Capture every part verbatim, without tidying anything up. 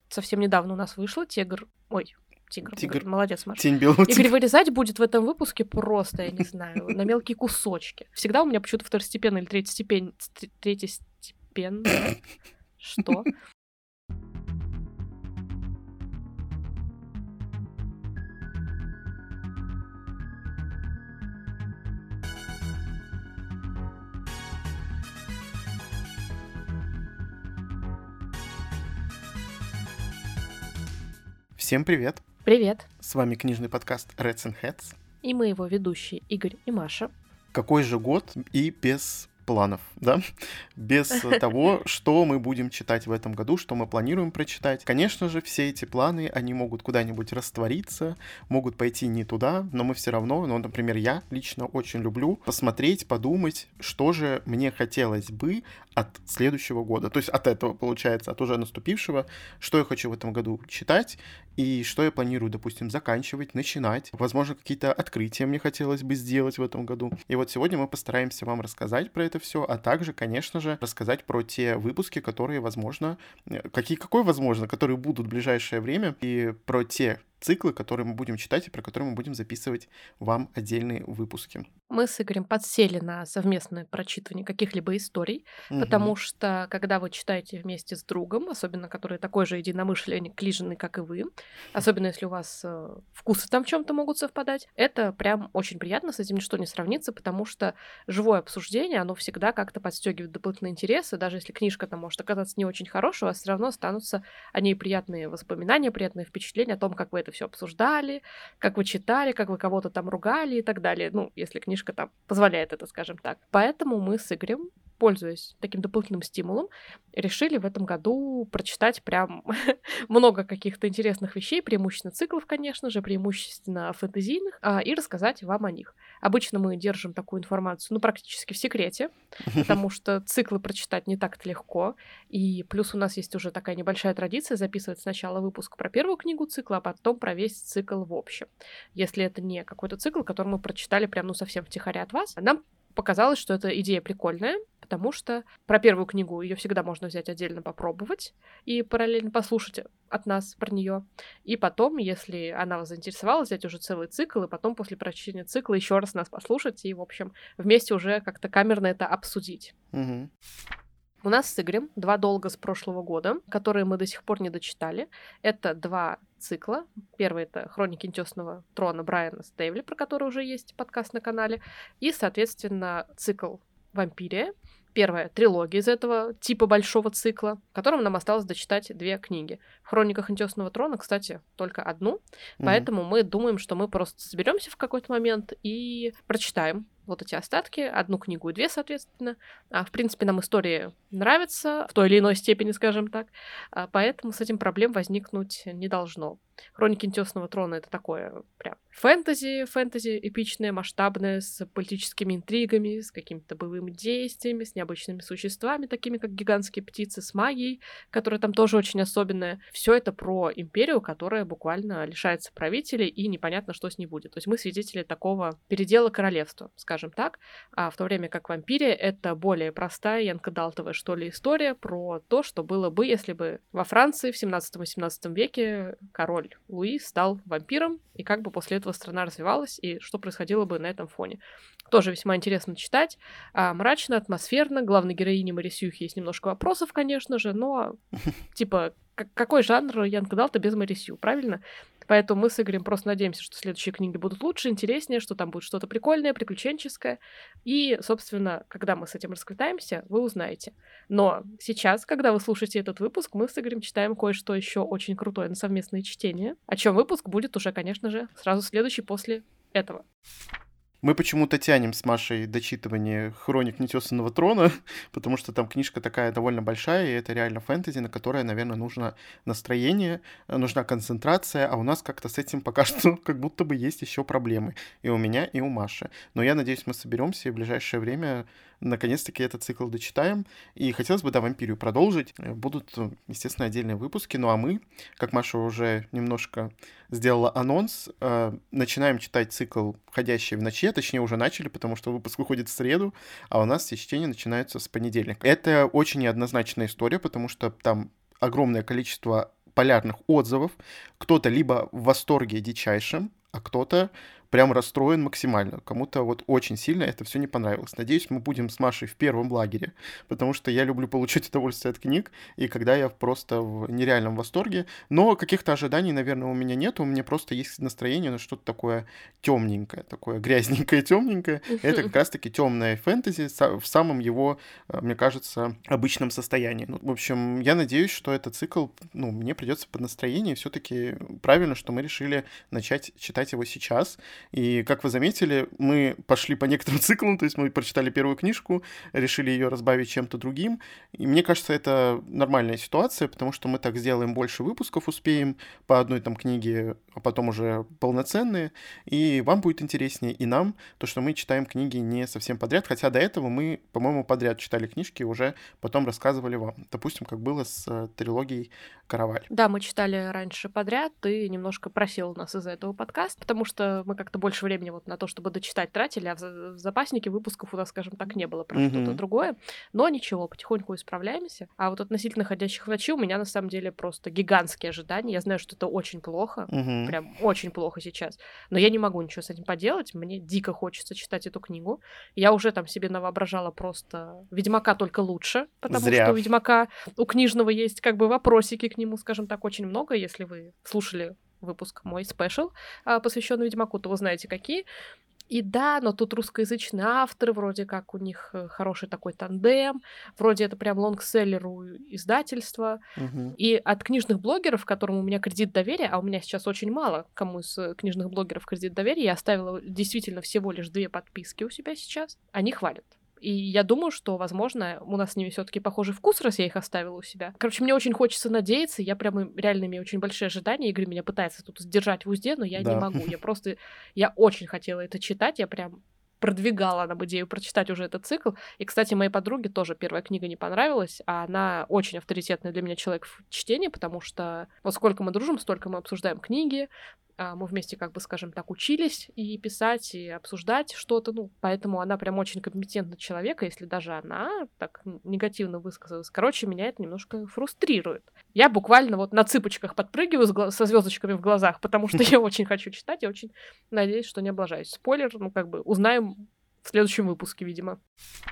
совсем недавно у нас вышло. Тигр... Ой, Тигр. Тигр. Молодец, Маша. Тень белого Игорь тигра. вырезать будет в этом выпуске просто, я не знаю, на мелкие кусочки. Всегда у меня почему-то второстепенная или третьестепень... третьестепенная... Что? Всем привет! Привет! С вами книжный подкаст Reds and Heads. И мы его ведущие Игорь и Маша. Какой же год и без планов, да? Без того, что мы будем читать в этом году, что мы планируем прочитать. Конечно же, все эти планы, они могут куда-нибудь раствориться, могут пойти не туда, но мы все равно, ну, например, я лично очень люблю посмотреть, подумать, что же мне хотелось бы от следующего года. То есть от этого, получается, от уже наступившего, что я хочу в этом году читать, и что я планирую, допустим, заканчивать, начинать. Возможно, какие-то открытия мне хотелось бы сделать в этом году. И вот сегодня мы постараемся вам рассказать про это все, а также, конечно же, рассказать про те выпуски, которые, возможно, какие, какой, возможно, которые будут в ближайшее время, и про те циклы, которые мы будем читать и про которые мы будем записывать вам отдельные выпуски. Мы с Игорем подсели на совместное прочитывание каких-либо историй, Мгм. потому что, когда вы читаете вместе с другом, особенно который такой же единомышленник, клиженный, как и вы, особенно если у вас э, вкусы там в чем-то могут совпадать, это прям очень приятно, с этим ничто не сравнится, потому что живое обсуждение, оно всегда как-то подстегивает дополнительные интересы, даже если книжка там может оказаться не очень хорошей, у вас все равно останутся о ней приятные воспоминания, приятные впечатления о том, как вы это все обсуждали, как вы читали, как вы кого-то там ругали и так далее. Ну, если книжка там позволяет это, скажем так. Поэтому мы с Игорем, пользуясь таким дополнительным стимулом, решили в этом году прочитать прям много каких-то интересных вещей, преимущественно циклов, конечно же, преимущественно фэнтезийных, а, и рассказать вам о них. Обычно мы держим такую информацию, ну, практически в секрете, потому что циклы прочитать не так-то легко, и плюс у нас есть уже такая небольшая традиция записывать сначала выпуск про первую книгу цикла, а потом про весь цикл в общем. Если это не какой-то цикл, который мы прочитали прям, ну, совсем втихаря от вас, нам показалось, что эта идея прикольная, потому что про первую книгу ее всегда можно взять отдельно попробовать и параллельно послушать от нас про нее. И потом, если она вас заинтересовала, взять уже целый цикл, и потом после прочтения цикла еще раз нас послушать и, в общем, вместе уже как-то камерно это обсудить. Мгм. У нас с Игорем два долга с прошлого года, которые мы до сих пор не дочитали. Это два цикла. Первый — это «Хроники нетесного трона» Брайана Стейвли, про который уже есть подкаст на канале. И, соответственно, цикл «Вампирия». Первая трилогия из этого типа большого цикла, в котором нам осталось дочитать две книги. В «Хрониках нетесного трона», кстати, только одну. Мгм. Поэтому мы думаем, что мы просто соберемся в какой-то момент и прочитаем вот эти остатки, одну книгу и две, соответственно. А, в принципе, нам истории нравятся, в той или иной степени, скажем так, а, поэтому с этим проблем возникнуть не должно. «Хроники нетесного трона» — это такое прям фэнтези, фэнтези эпичное, масштабное, с политическими интригами, с какими-то боевыми действиями, с необычными существами, такими как гигантские птицы, с магией, которая там тоже очень особенная. Все это про империю, которая буквально лишается правителей, и непонятно, что с ней будет. То есть мы свидетели такого передела королевства, скажем так, а в то время как «Вампирия» — это более простая, янкадалтовая, что ли, история про то, что было бы, если бы во Франции в семнадцатом-восемнадцатом веке король Луи стал вампиром, и как бы после этого страна развивалась, и что происходило бы на этом фоне. Тоже весьма интересно читать. А, мрачно, атмосферно. Главной героине Марисюхи есть немножко вопросов, конечно же, но типа к- какой жанр Янка Далта без Марисю, правильно? Поэтому мы с Игорем просто надеемся, что следующие книги будут лучше, интереснее, что там будет что-то прикольное, приключенческое. И, собственно, когда мы с этим расквитаемся, вы узнаете. Но сейчас, когда вы слушаете этот выпуск, мы с Игорем читаем кое-что еще очень крутое на совместное чтение, о чем выпуск будет уже, конечно же, сразу следующий после этого. Мы почему-то тянем с Машей дочитывание «Хроник нетесанного трона», потому что там книжка такая довольно большая, и это реально фэнтези, на которое, наверное, нужно настроение, нужна концентрация, а у нас как-то с этим пока что как будто бы есть еще проблемы. И у меня, и у Маши. Но я надеюсь, мы соберемся и в ближайшее время наконец-таки этот цикл дочитаем. И хотелось бы, да, «Вампирию» продолжить. Будут, естественно, отдельные выпуски. Ну а мы, как Маша уже немножко сделала анонс, э, начинаем читать цикл «Входящий в ночи», точнее уже начали, потому что выпуск выходит в среду, а у нас все чтения начинаются с понедельника. Это очень неоднозначная история, потому что там огромное количество полярных отзывов. Кто-то либо в восторге дичайшем, а кто-то прям расстроен максимально. Кому-то вот очень сильно это все не понравилось. Надеюсь, мы будем с Машей в первом лагере, потому что я люблю получать удовольствие от книг, и когда я просто в нереальном восторге. Но каких-то ожиданий, наверное, у меня нет. У меня просто есть настроение на что-то такое темненькое, такое грязненькое, темненькое. Это как раз-таки темное фэнтези в самом его, мне кажется, обычном состоянии. Ну, в общем, я надеюсь, что этот цикл, ну, мне придется под настроение. Все-таки правильно, что мы решили начать читать его сейчас. И, как вы заметили, мы пошли по некоторым циклам, то есть мы прочитали первую книжку, решили ее разбавить чем-то другим. И мне кажется, это нормальная ситуация, потому что мы так сделаем больше выпусков, успеем по одной там книге, а потом уже полноценные. И вам будет интереснее, и нам, то, что мы читаем книги не совсем подряд, хотя до этого мы, по-моему, подряд читали книжки и уже потом рассказывали вам. Допустим, как было с э, трилогией «Караваль». Да, мы читали раньше подряд, ты немножко просил нас из-за этого подкаста, потому что мы как-то больше времени вот на то, чтобы дочитать, тратили, а в запаснике выпусков у нас, скажем так, не было про mm-hmm. что-то другое. Но ничего, потихоньку исправляемся. А вот относительно «Ходячих врачей» у меня на самом деле просто гигантские ожидания. Я знаю, что это очень плохо, mm-hmm. прям очень плохо сейчас. Но я не могу ничего с этим поделать. Мне дико хочется читать эту книгу. Я уже там себе навоображала просто «Ведьмака» только лучше, потому Зря. что у «Ведьмака», у книжного есть как бы вопросики к нему, скажем так, очень много. Если вы слушали выпуск мой спешл, посвященный Ведьмаку, то вы знаете, какие. И да, но тут русскоязычные авторы, вроде как у них хороший такой тандем, вроде это прям лонгселлер у издательства. Угу. И от книжных блогеров, которым у меня кредит доверия, а у меня сейчас очень мало кому из книжных блогеров кредит доверия, я оставила действительно всего лишь две подписки у себя сейчас, они хвалят. И я думаю, что, возможно, у нас с ними все-таки похожий вкус, раз я их оставила у себя. Короче, мне очень хочется надеяться. Я прям реально имею очень большие ожидания. Игорь меня пытается тут сдержать в узде, но я да. не могу. Я просто... Я очень хотела это читать. Я прям продвигала нам идею прочитать уже этот цикл. И, кстати, моей подруге тоже первая книга не понравилась, а она очень авторитетный для меня человек в чтении, потому что вот сколько мы дружим, столько мы обсуждаем книги, мы вместе, как бы, скажем так, учились и писать, и обсуждать что-то, ну, поэтому она прям очень компетентный человек, и если даже она так негативно высказалась, короче, меня это немножко фрустрирует. Я буквально вот на цыпочках подпрыгиваю со звездочками в глазах, потому что я очень хочу читать, я очень надеюсь, что не облажаюсь. Спойлер, ну, как бы, узнаем в следующем выпуске, видимо.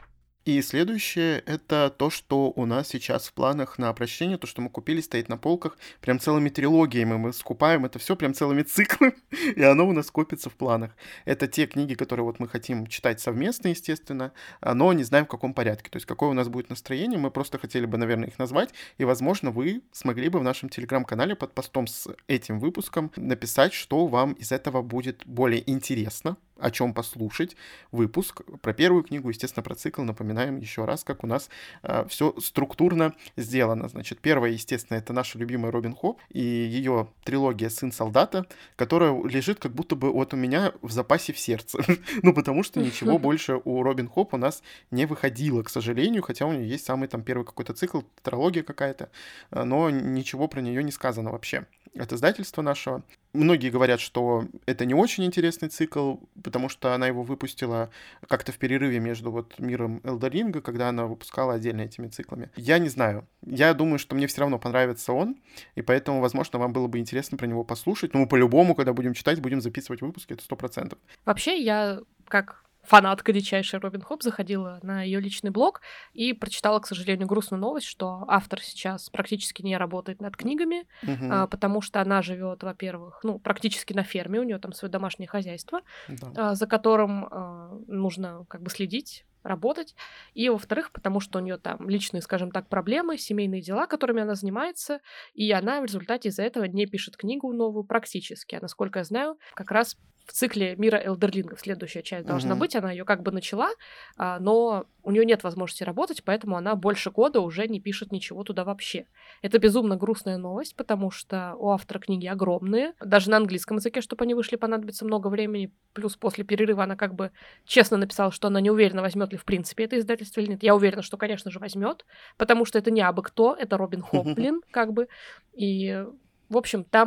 И следующее — это то, что у нас сейчас в планах на прочтение, то, что мы купили, стоит на полках, прям целыми трилогиями мы скупаем, это все прям целыми циклами, и оно у нас копится в планах. Это те книги, которые вот мы хотим читать совместно, естественно, но не знаем, в каком порядке, то есть какое у нас будет настроение, мы просто хотели бы, наверное, их назвать, и, возможно, вы смогли бы в нашем телеграм-канале под постом с этим выпуском написать, что вам из этого будет более интересно, о чем послушать выпуск про первую книгу, естественно, про цикл. Напоминаем еще раз, как у нас э, все структурно сделано. Значит, первая, естественно, это наша любимая Робин Хоп и ее трилогия «Сын солдата», которая лежит как будто бы вот у меня в запасе в сердце. Ну, потому что ничего больше у Робин Хоп у нас не выходило, к сожалению, хотя у нее есть самый там первый какой-то цикл, трилогия какая-то, но ничего про нее не сказано вообще. От издательства нашего. Многие говорят, что это не очень интересный цикл, потому что она его выпустила как-то в перерыве между вот миром Элден Ринга, когда она выпускала отдельно этими циклами. Я не знаю. Я думаю, что мне все равно понравится он, и поэтому, возможно, вам было бы интересно про него послушать. Ну, мы по-любому, когда будем читать, будем записывать выпуски, это сто процентов. Вообще, я как... фанатка дичайшая Робин Хоп заходила на ее личный блог и прочитала, к сожалению, грустную новость, что автор сейчас практически не работает над книгами, Угу. а, потому что она живет, во-первых, ну, практически на ферме, у нее там свое домашнее хозяйство, Да. а, за которым а, нужно как бы следить, работать, и, во-вторых, потому что у нее там личные, скажем так, проблемы, семейные дела, которыми она занимается, и она в результате из-за этого не пишет книгу новую практически. А насколько я знаю, как раз в цикле «Мира Элдерлингов» следующая часть должна Мгм. быть, она ее как бы начала, а, но у нее нет возможности работать, поэтому она больше года уже не пишет ничего туда вообще. Это безумно грустная новость, потому что у автора книги огромные, даже на английском языке, чтобы они вышли, понадобится много времени, плюс после перерыва она как бы честно написала, что она не уверена, возьмет ли в принципе это издательство или нет. Я уверена, что, конечно же, возьмет, потому что это не абы кто, это Робин Хоп, блин, как бы, и, в общем, там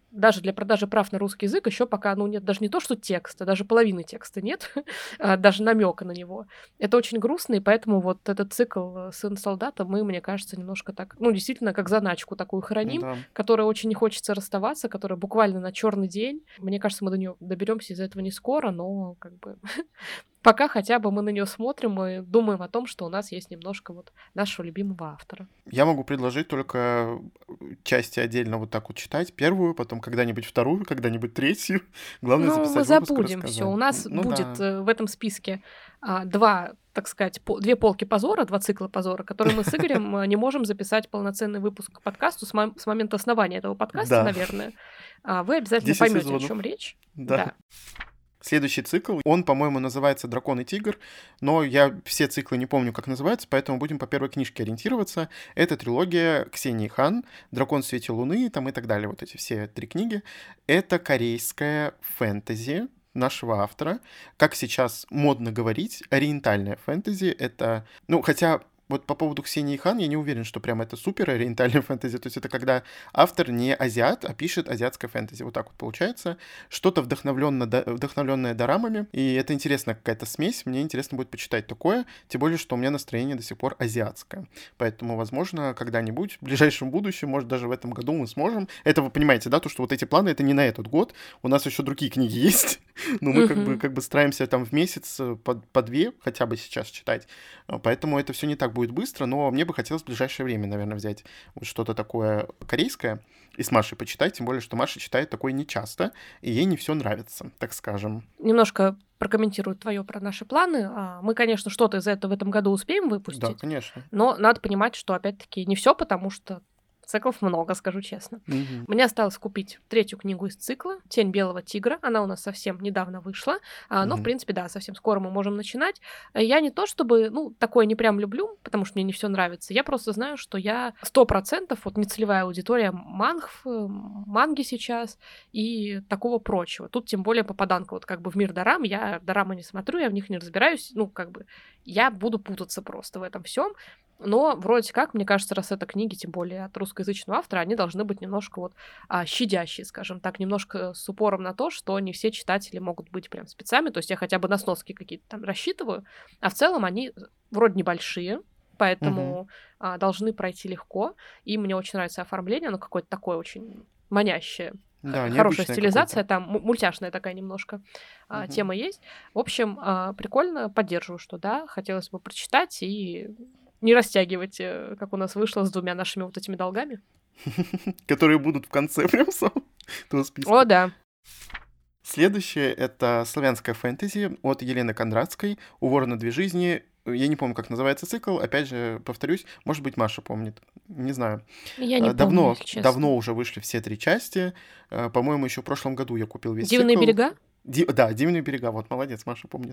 даже для продажи прав на русский язык еще пока, ну, нет даже не то, что текста, даже половины текста нет, даже намека на него. Это очень грустно, и поэтому вот этот цикл «Сын солдата» мы, мне кажется, немножко так, ну, действительно, как заначку такую храним, Да. которая очень не хочется расставаться, которая буквально на черный день. Мне кажется, мы до нее доберемся из-за этого не скоро, но как бы пока хотя бы мы на нее смотрим и думаем о том, что у нас есть немножко вот нашего любимого автора. Я могу предложить только части отдельно вот так вот читать. Первую, потом когда-нибудь вторую, когда-нибудь третью. Главное Ну, записать мы выпуск и забудем рассказать. все. У нас Ну будет да. э, в этом списке а, два, так сказать, по- две полки позора, два цикла позора, которые мы с Игорем э, не можем записать полноценный выпуск к подкасту с, мом- с момента основания этого подкаста, Да. наверное. А, вы обязательно десять поймете, о сезонов. чем речь. Да. Да. Следующий цикл, он, по-моему, называется «Дракон и тигр», но я все циклы не помню, как называются, поэтому будем по первой книжке ориентироваться. Это трилогия Ксении Хан, «Дракон в свете луны» там и так далее, вот эти все три книги. Это корейская фэнтези нашего автора. Как сейчас модно говорить, ориентальная фэнтези. Это, ну, хотя... Вот по поводу Ксении Хан я не уверен, что прям это супер ориентальная фэнтези. То есть это когда автор не азиат, а пишет азиатское фэнтези. Вот так вот получается. Что-то вдохновленно, вдохновленное дорамами. И это интересная какая-то смесь. Мне интересно будет почитать такое. Тем более, что у меня настроение до сих пор азиатское. Поэтому, возможно, когда-нибудь, в ближайшем будущем, может, даже в этом году мы сможем. Это вы понимаете, да, то, что вот эти планы, это не на этот год. У нас еще другие книги есть. Но мы как бы, как бы стараемся там в месяц по, по две хотя бы сейчас читать. Поэтому это все не так будет быстро, но мне бы хотелось в ближайшее время, наверное, взять вот что-то такое корейское и с Машей почитать, тем более, что Маша читает такое нечасто, и ей не все нравится, так скажем. Немножко прокомментирую твое про наши планы. А, Мы, конечно, что-то из этого в этом году успеем Да, выпустить, конечно. но надо понимать, что, опять-таки, не все, потому что циклов много, скажу честно. Мгм. Мне осталось купить третью книгу из цикла «Тень белого тигра». Она у нас совсем недавно вышла. А, Но, в Мгм. принципе, да, совсем скоро мы можем начинать. Э, Я не то чтобы, ну, такое не прям люблю, потому что мне не все нравится. Я просто знаю, что я сто процентов вот нецелевая аудитория мангв, э, манги сейчас и такого прочего. Тут тем более попаданка вот как бы в мир дорам. Я дорамы не смотрю, я в них не разбираюсь. Ну, как бы я буду путаться просто в этом всем. Но вроде как, мне кажется, раз это книги, тем более от русскоязычного автора, они должны быть немножко вот а, щадящие, скажем так, немножко с упором на то, что не все читатели могут быть прям спецами, то есть я хотя бы на сноски какие-то там рассчитываю, а в целом они вроде небольшие, поэтому а, должны пройти легко, и мне очень нравится оформление, оно какое-то такое очень манящее. Да, Х- Хорошая необычное стилизация, какое-то. там му- мультяшная такая немножко а, Мгм. тема есть. В общем, а, прикольно, поддерживаю, что да, хотелось бы прочитать и не растягивать, э, как у нас вышло с двумя нашими вот этими долгами. Которые будут в конце прям самого этого списка. О, да. Следующее — это славянская фэнтези от Елены Кондратской «У ворона две жизни». Я не помню, как называется цикл. Опять же, повторюсь, может быть, Маша помнит. Не знаю. Я не Э, Давно, помню, если честно. давно уже вышли все три части. Э, По-моему, еще в прошлом году я купил весь Дивные цикл. берега? Ди- Да, «Дивные берега», вот, молодец, Маша помнит.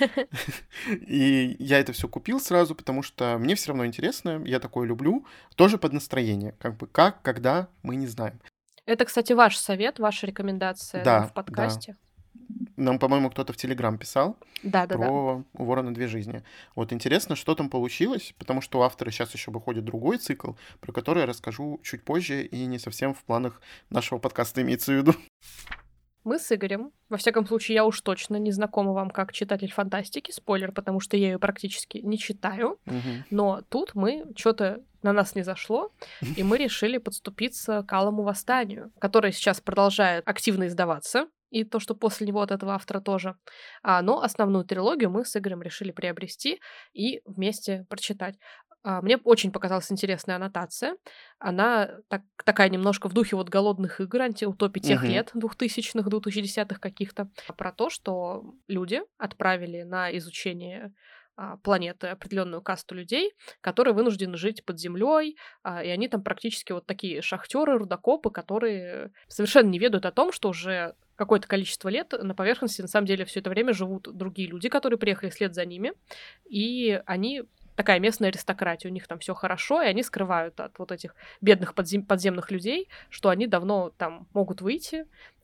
И я это все купил сразу, потому что мне все равно интересно, я такое люблю, тоже под настроение, как бы как, когда, мы не знаем. Это, кстати, ваш совет, ваша рекомендация нам Да, в да. подкасте. Нам, по-моему, кто-то в Телеграм писал Да-да-да. про «У ворона две жизни». Вот интересно, что там получилось, потому что у автора сейчас еще выходит другой цикл, про который я расскажу чуть позже, и не совсем в планах нашего подкаста имеется в виду. Мы с Игорем, во всяком случае, я уж точно не знакома вам как читатель фантастики, спойлер, потому что я ее практически не читаю, Мгм. но тут мы что-то на нас не зашло, и мы решили подступиться к «Алому восстанию», которое сейчас продолжает активно издаваться, и то, что после него от этого автора тоже. А, но основную трилогию мы с Игорем решили приобрести и вместе прочитать. А, мне очень показалась интересная аннотация. Она так, такая немножко в духе вот «Голодных игр», антиутопии тех Мгм. лет, двухтысячных, двухтысячных каких-то, про то, что люди отправили на изучение а, планеты определенную касту людей, которые вынуждены жить под землей, а, и они там практически вот такие шахтеры, рудокопы, которые совершенно не ведают о том, что уже какое-то количество лет на поверхности на самом деле все это время живут другие люди, которые приехали вслед за ними, и они такая местная аристократия, у них там все хорошо, и они скрывают от вот этих бедных подзем- подземных людей, что они давно там могут выйти,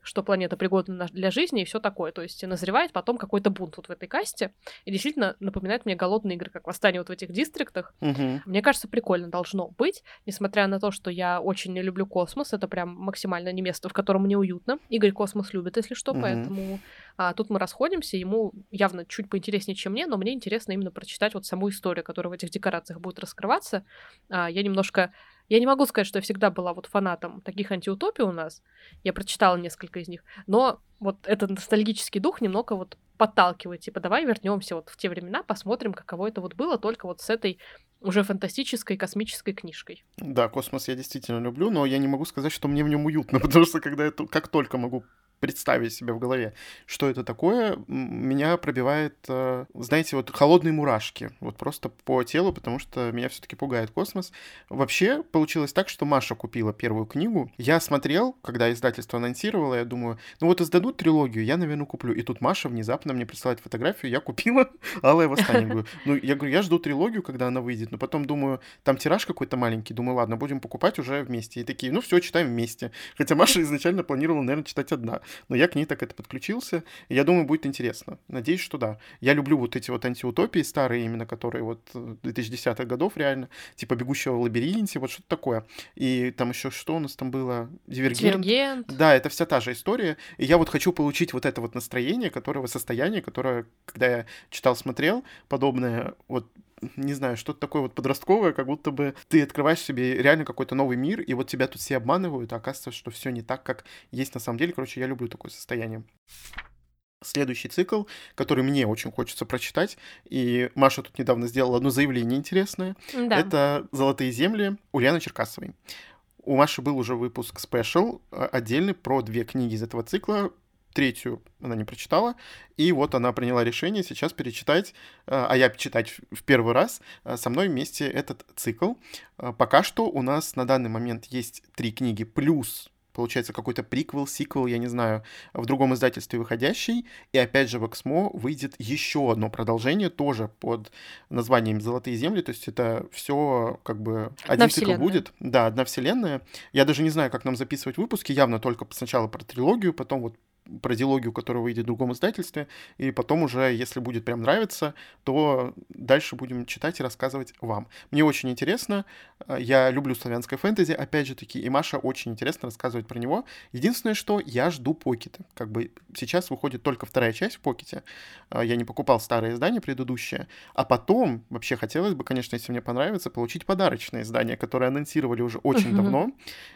что планета пригодна на- для жизни и все такое. То есть назревает потом какой-то бунт вот в этой касте. И действительно напоминает мне голодные игры, как восстание вот в этих дистриктах. Мгм. Мне кажется, прикольно должно быть, несмотря на то, что я очень не люблю космос. Это прям максимально не место, в котором мне уютно. Игорь космос любит, если что, Мгм. поэтому а, тут мы расходимся. Ему явно чуть поинтереснее, чем мне, но мне интересно именно прочитать вот саму историю, которая в этих декорациях будет раскрываться. А, я немножко... Я не могу сказать, что я всегда была вот фанатом таких антиутопий у нас. Я прочитала несколько из них. Но вот этот ностальгический дух немного вот подталкивает. Типа, давай вернемся вот в те времена, посмотрим, каково это вот было, только вот с этой уже фантастической космической книжкой. Да, космос я действительно люблю, но я не могу сказать, что мне в нем уютно, потому что когда я ту- как только могу представить себе в голове, что это такое, м, меня пробивает, э, знаете, вот холодные мурашки, вот просто по телу, потому что меня все-таки пугает космос. Вообще получилось так, что Маша купила первую книгу. Я смотрел, когда издательство анонсировало, я думаю, ну вот издадут трилогию, я, наверное, куплю. И тут Маша внезапно мне присылает фотографию, я купила «Алое восстание». Говорю, ну, я говорю, я жду трилогию, когда она выйдет, но потом думаю, там тираж какой-то маленький, думаю, ладно, будем покупать уже вместе. И такие, ну все, читаем вместе. Хотя Маша изначально планировала, наверное, читать одна. Но я к ней так это подключился, и я думаю, будет интересно. Надеюсь, что да. Я люблю вот эти вот антиутопии старые, именно которые вот э, две тысячи десятых годов реально, типа «Бегущего в лабиринте», вот что-то такое. И там еще что у нас там было? «Дивергент». Дивергент. Да, это вся та же история. И я вот хочу получить вот это вот настроение, которого состояние, которое, когда я читал, смотрел, подобное, вот не знаю, что-то такое вот подростковое, как будто бы ты открываешь себе реально какой-то новый мир, и вот тебя тут все обманывают, а оказывается, что все не так, как есть на самом деле. Короче, я люблю такое состояние. Следующий цикл, который мне очень хочется прочитать, и Маша тут недавно сделала одно заявление интересное, Да. это «Золотые земли» Ульяны Черкасовой. У Маши был уже выпуск спешл а, отдельный про две книги из этого цикла. Третью она не прочитала, и вот она приняла решение сейчас перечитать, а а я читать в в первый раз а, со мной вместе этот цикл. А, Пока что у нас на данный момент есть три книги, плюс, получается, какой-то приквел, сиквел, я не знаю, в другом издательстве выходящий, и опять же в Эксмо выйдет еще одно продолжение, тоже под названием «Золотые земли», то есть это все как бы Одна один цикл вселенная. будет, да, одна вселенная. Я даже не знаю, как нам записывать выпуски, явно только сначала про трилогию, потом вот про дилогию, которая выйдет в другом издательстве, и потом уже, если будет прям нравиться, то дальше будем читать и рассказывать вам. Мне очень интересно, э, я люблю славянское фэнтези, опять же таки, и Маша очень интересно рассказывать про него. Единственное, что я жду покеты. Как бы сейчас выходит только вторая часть в покете, э, я не покупал старое издание предыдущее, а потом, вообще хотелось бы, конечно, если мне понравится, получить подарочное издание, которое анонсировали уже очень Мгм. давно,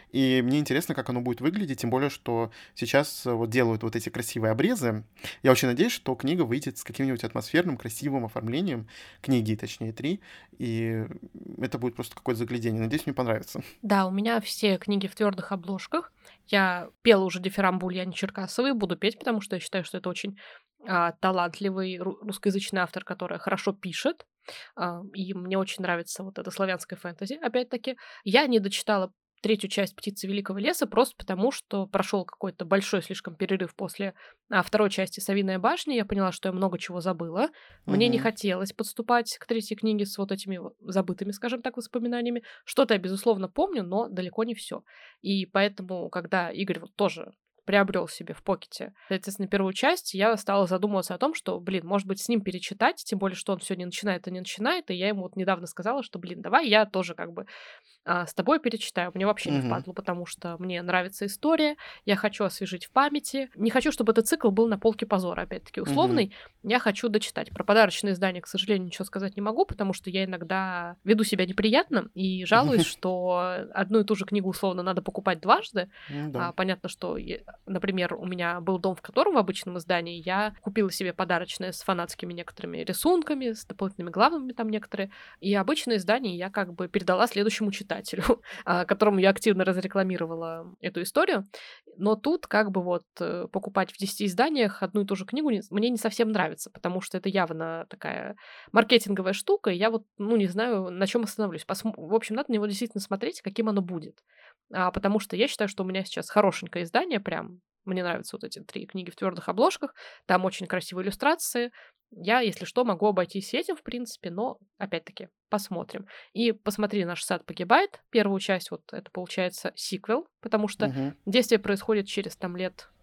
и мне интересно, как оно будет выглядеть, тем более, что сейчас э, вот делают вот эти красивые обрезы. Я очень надеюсь, что книга выйдет с каким-нибудь атмосферным, красивым оформлением, книги, точнее, три, и это будет просто какое-то заглядение. Надеюсь, мне понравится. Да, у меня все книги в твердых обложках. Я пела уже дифирамбу Ульяне Черкасовой, буду петь, потому что я считаю, что это очень а, талантливый ру- русскоязычный автор, который хорошо пишет. А, и мне очень нравится вот это славянское фэнтези, опять-таки. Я не дочитала третью часть «Птицы Великого леса» просто потому, что прошел какой-то большой слишком перерыв после а, второй части «Совиная башня». Я поняла, что я много чего забыла. Мне не Мгм. хотелось подступать к третьей книге с вот этими вот забытыми, скажем так, воспоминаниями. Что-то я, безусловно, помню, но далеко не все. И поэтому, когда Игорь вот тоже приобрел себе в покете, соответственно, первую часть, я стала задумываться о том, что, блин, может быть, с ним перечитать, тем более, что он все не начинает и не начинает, и я ему вот недавно сказала, что, блин, давай я тоже как бы а, с тобой перечитаю. Мне вообще не Мгм. впадло, потому что мне нравится история, я хочу освежить в памяти. Не хочу, чтобы этот цикл был на полке позора, опять-таки, Мгм. условный. Я хочу дочитать. Про подарочные издания, к сожалению, ничего сказать не могу, потому что я иногда веду себя неприятно и жалуюсь, что одну и ту же книгу, условно, надо покупать дважды. Ну да. А, понятно, что, е- например, у меня был дом, в котором в обычном издании я купила себе подарочное с фанатскими некоторыми рисунками, с дополнительными главами там некоторые, и обычное издание я как бы передала следующему читателю, а, которому я активно разрекламировала эту историю. Но тут как бы вот э, покупать в десяти изданиях одну и ту же книгу не- мне не совсем нравится, потому что это явно такая маркетинговая штука, и я вот, ну, не знаю, на чем остановлюсь. Посм- В общем, надо на него действительно смотреть, каким оно будет. А, потому что я считаю, что у меня сейчас хорошенькое издание прям. Мне нравятся вот эти три книги в твердых обложках. Там очень красивые иллюстрации. Я, если что, могу обойтись этим, в принципе, но, опять-таки, посмотрим. И посмотри, «Наш сад погибает». Первую часть, вот это получается сиквел, потому что Мгм. действие происходит через там лет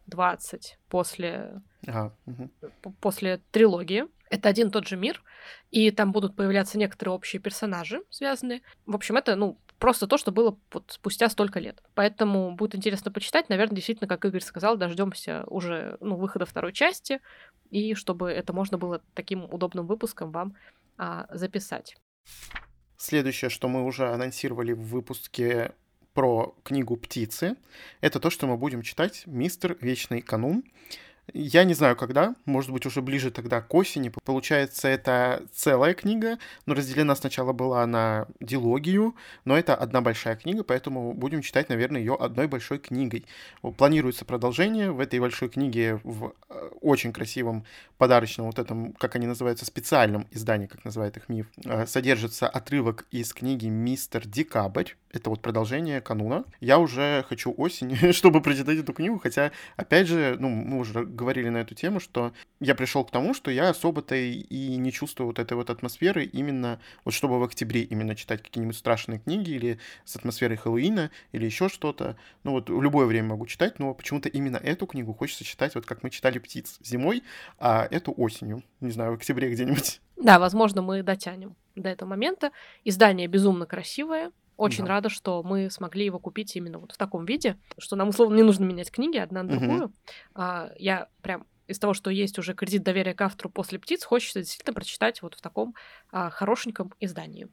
двадцать после, Ага, угу. после трилогии. Это один и тот же мир, и там будут появляться некоторые общие персонажи связанные. В общем, это, ну, просто то, что было вот спустя столько лет. Поэтому будет интересно почитать. Наверное, действительно, как Игорь сказал, дождемся уже, ну, выхода второй части, и чтобы это можно было таким удобным выпуском вам а, записать. Следующее, что мы уже анонсировали в выпуске про книгу «Птицы», это то, что мы будем читать «Мистер Вечный Канун». Я не знаю, когда, может быть, уже ближе тогда к осени. Получается, это целая книга, но разделена сначала была на дилогию, но это одна большая книга, поэтому будем читать, наверное, ее одной большой книгой. Планируется продолжение. В этой большой книге в очень красивом подарочном, вот этом, как они называются, специальном издании, как называет их МИФ, содержится отрывок из книги «Мистер Декабрь». Это вот продолжение «Кануна». Я уже хочу осень, чтобы прочитать эту книгу, хотя, опять же, ну, мы уже говорили на эту тему, что я пришел к тому, что я особо-то и не чувствую вот этой вот атмосферы именно, вот чтобы в октябре именно читать какие-нибудь страшные книги или с атмосферой Хэллоуина или еще что-то. Ну вот в любое время могу читать, но почему-то именно эту книгу хочется читать, вот как мы читали «Птиц» зимой, а эту осенью, не знаю, в октябре где-нибудь. Да, возможно, мы дотянем до этого момента. Издание безумно красивое. Очень Да. рада, что мы смогли его купить именно вот в таком виде, что нам, условно, не нужно менять книги одна на другую. Uh-huh. А, я прям из того, что есть уже кредит доверия к автору после «Птиц», хочется действительно прочитать вот в таком а, хорошеньком издании.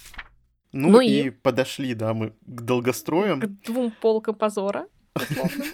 Ну, ну и... и подошли, да, мы к долгостроям. К двум полкам позора, условно.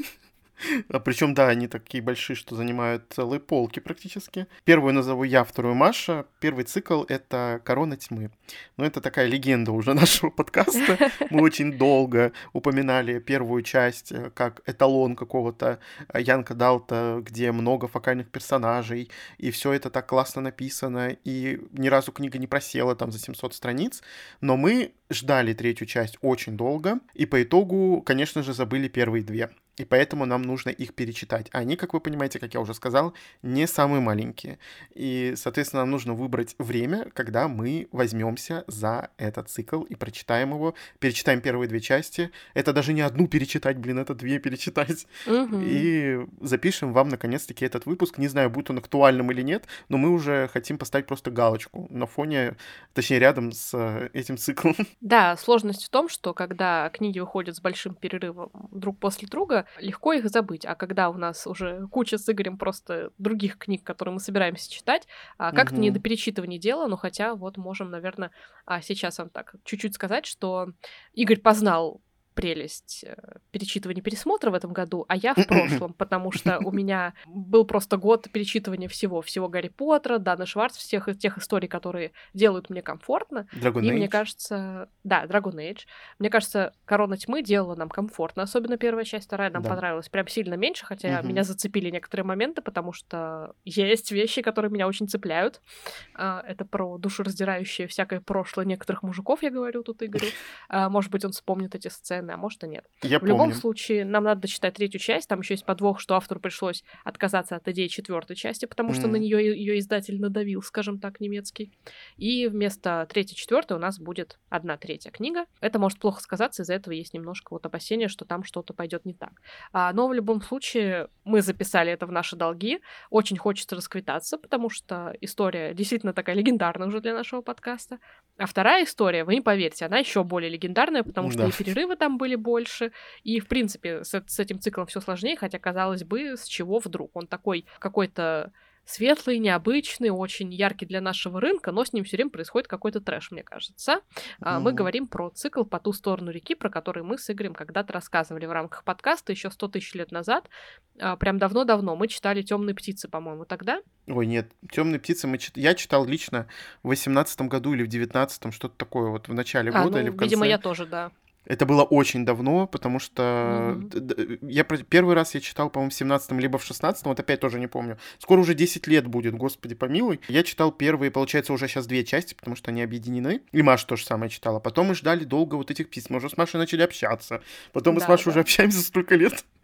А причем, да, они такие большие, что занимают целые полки практически. Первую назову я, вторую Маша. Первый цикл — это «Корона тьмы». Ну, это такая легенда уже нашего подкаста. Мы очень долго упоминали первую часть как эталон какого-то Янка Далта, где много фокальных персонажей, и все это так классно написано, и ни разу книга не просела там за семьсот страниц. Но мы ждали третью часть очень долго, и по итогу, конечно же, забыли первые две. И поэтому нам нужно их перечитать. А они, как вы понимаете, как я уже сказал, не самые маленькие. И, соответственно, нам нужно выбрать время, когда мы возьмемся за этот цикл и прочитаем его. Перечитаем первые две части. Это даже не одну перечитать, блин, это две перечитать. Угу. И запишем вам, наконец-таки, этот выпуск. Не знаю, будет он актуальным или нет, но мы уже хотим поставить просто галочку на фоне, точнее, рядом с этим циклом. Да, сложность в том, что когда книги выходят с большим перерывом друг после друга, легко их забыть. А когда у нас уже куча с Игорем просто других книг, которые мы собираемся читать, как-то Угу. не до перечитывания дела, но хотя вот можем, наверное, сейчас вам так чуть-чуть сказать, что Игорь познал прелесть перечитывания, пересмотра в этом году, а я в прошлом, потому что у меня был просто год перечитывания всего, всего Гарри Поттера, Даны Шварц, всех тех историй, которые делают мне комфортно. Dragon и Age. Мне кажется, да, Dragon Age. Мне кажется, «Корона тьмы» делала нам комфортно, особенно первая часть, вторая нам да. понравилась прям сильно меньше, хотя угу. меня зацепили некоторые моменты, потому что есть вещи, которые меня очень цепляют. Это про душераздирающее всякое прошлое некоторых мужиков, я говорю тут Игорю. Может быть, он вспомнит эти сцены, а может и нет. Я в помню. любом случае, нам надо дочитать третью часть. Там еще есть подвох, что автору пришлось отказаться от идеи четвертой части, потому mm. что на нее ее издатель надавил, скажем так, немецкий. И вместо третьей, четвертой у нас будет одна третья книга. Это может плохо сказаться, из-за этого есть немножко вот опасения, что там что-то пойдет не так. А, но в любом случае мы записали это в наши долги. Очень хочется расквитаться, потому что история действительно такая легендарная уже для нашего подкаста. А вторая история, вы не поверите, она еще более легендарная, потому что да. и перерывы там были больше, и, в принципе, с, с этим циклом все сложнее, хотя, казалось бы, с чего вдруг? Он такой какой-то светлый, необычный, очень яркий для нашего рынка, но с ним все время происходит какой-то трэш, мне кажется. Mm-hmm. Мы говорим про цикл «По ту сторону реки», про который мы с Игорем когда-то рассказывали в рамках подкаста еще сто тысяч лет назад. Прям давно-давно. Мы читали «Темные птицы», по-моему, тогда. Ой, нет, «Темные птицы» мы чит... я читал лично в восемнадцатом году или в девятнадцатом, что-то такое, вот в начале а, года ну, или в конце. Видимо, я тоже, да. Это было очень давно, потому что mm-hmm. я первый раз я читал, по-моему, в семнадцатом либо в шестнадцатом, вот опять тоже не помню. Скоро уже десять лет будет, господи помилуй. Я читал первые, получается, уже сейчас две части, потому что они объединены. И Маша то же самое читала. Потом мы ждали долго вот этих писем. Мы уже с Машей начали общаться. Потом мы да, с Машей да. уже общаемся столько лет.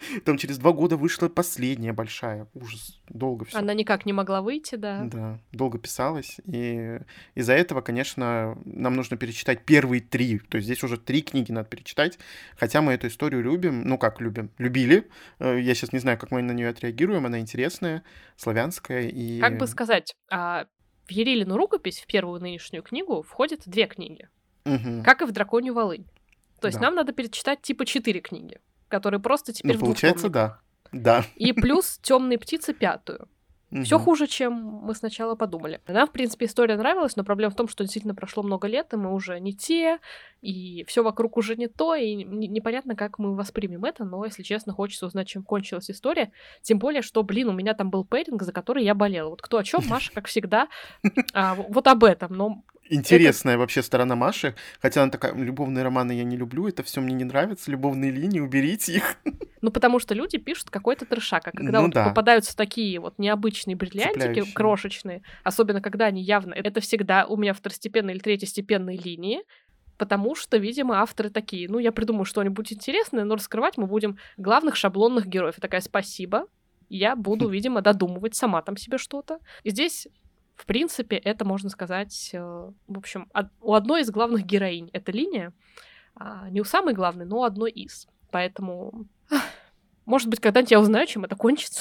Там через два года вышла последняя большая. Ужас. Долго все. Она никак не могла выйти, да. Да, долго писалась. И из-за этого, конечно, нам нужно перечитать первые три. То есть здесь уже три книги надо перечитать. Хотя мы эту историю любим. Ну, как любим? Любили. Э, Я сейчас не знаю, как мы на нее отреагируем. Она интересная, славянская. И... Как бы сказать, а, в Ярилину рукопись, в первую нынешнюю книгу, входят две книги. Мгм. Как и в Драконью Волынь. То есть Да. нам надо перечитать типа четыре книги, которые просто теперь Ну, в получается, двухтомниках. да. Да. И плюс Темные птицы пятую. Все Мгм. хуже, чем мы сначала подумали. Нам, в принципе, история нравилась, но проблема в том, что действительно прошло много лет, и мы уже не те, и все вокруг уже не то, и не- непонятно, как мы воспримем это, но, если честно, хочется узнать, чем кончилась история. Тем более, что, блин, у меня там был пейринг, за который я болела. Вот кто о чем, Маша, как всегда, а, в- вот об этом. Но это Интересная вообще сторона Маши. Хотя она такая, любовные романы я не люблю, это все мне не нравится, любовные линии, уберите их. Ну, потому что люди пишут какой-то трешак, а когда Ну вот да, попадаются такие вот необычные бриллиантики, цепляющие. крошечные, особенно когда они явно... Это всегда у меня второстепенные или третьестепенные линии, потому что, видимо, авторы такие, ну, я придумаю что-нибудь интересное, но раскрывать мы будем главных шаблонных героев. Я такая, спасибо, я буду, видимо, додумывать сама там себе что-то. И здесь, в принципе, это, можно сказать, э, в общем, од- у одной из главных героинь эта линия, а, не у самой главной, но у одной из. Поэтому... Может быть, когда-нибудь я узнаю, чем это кончится,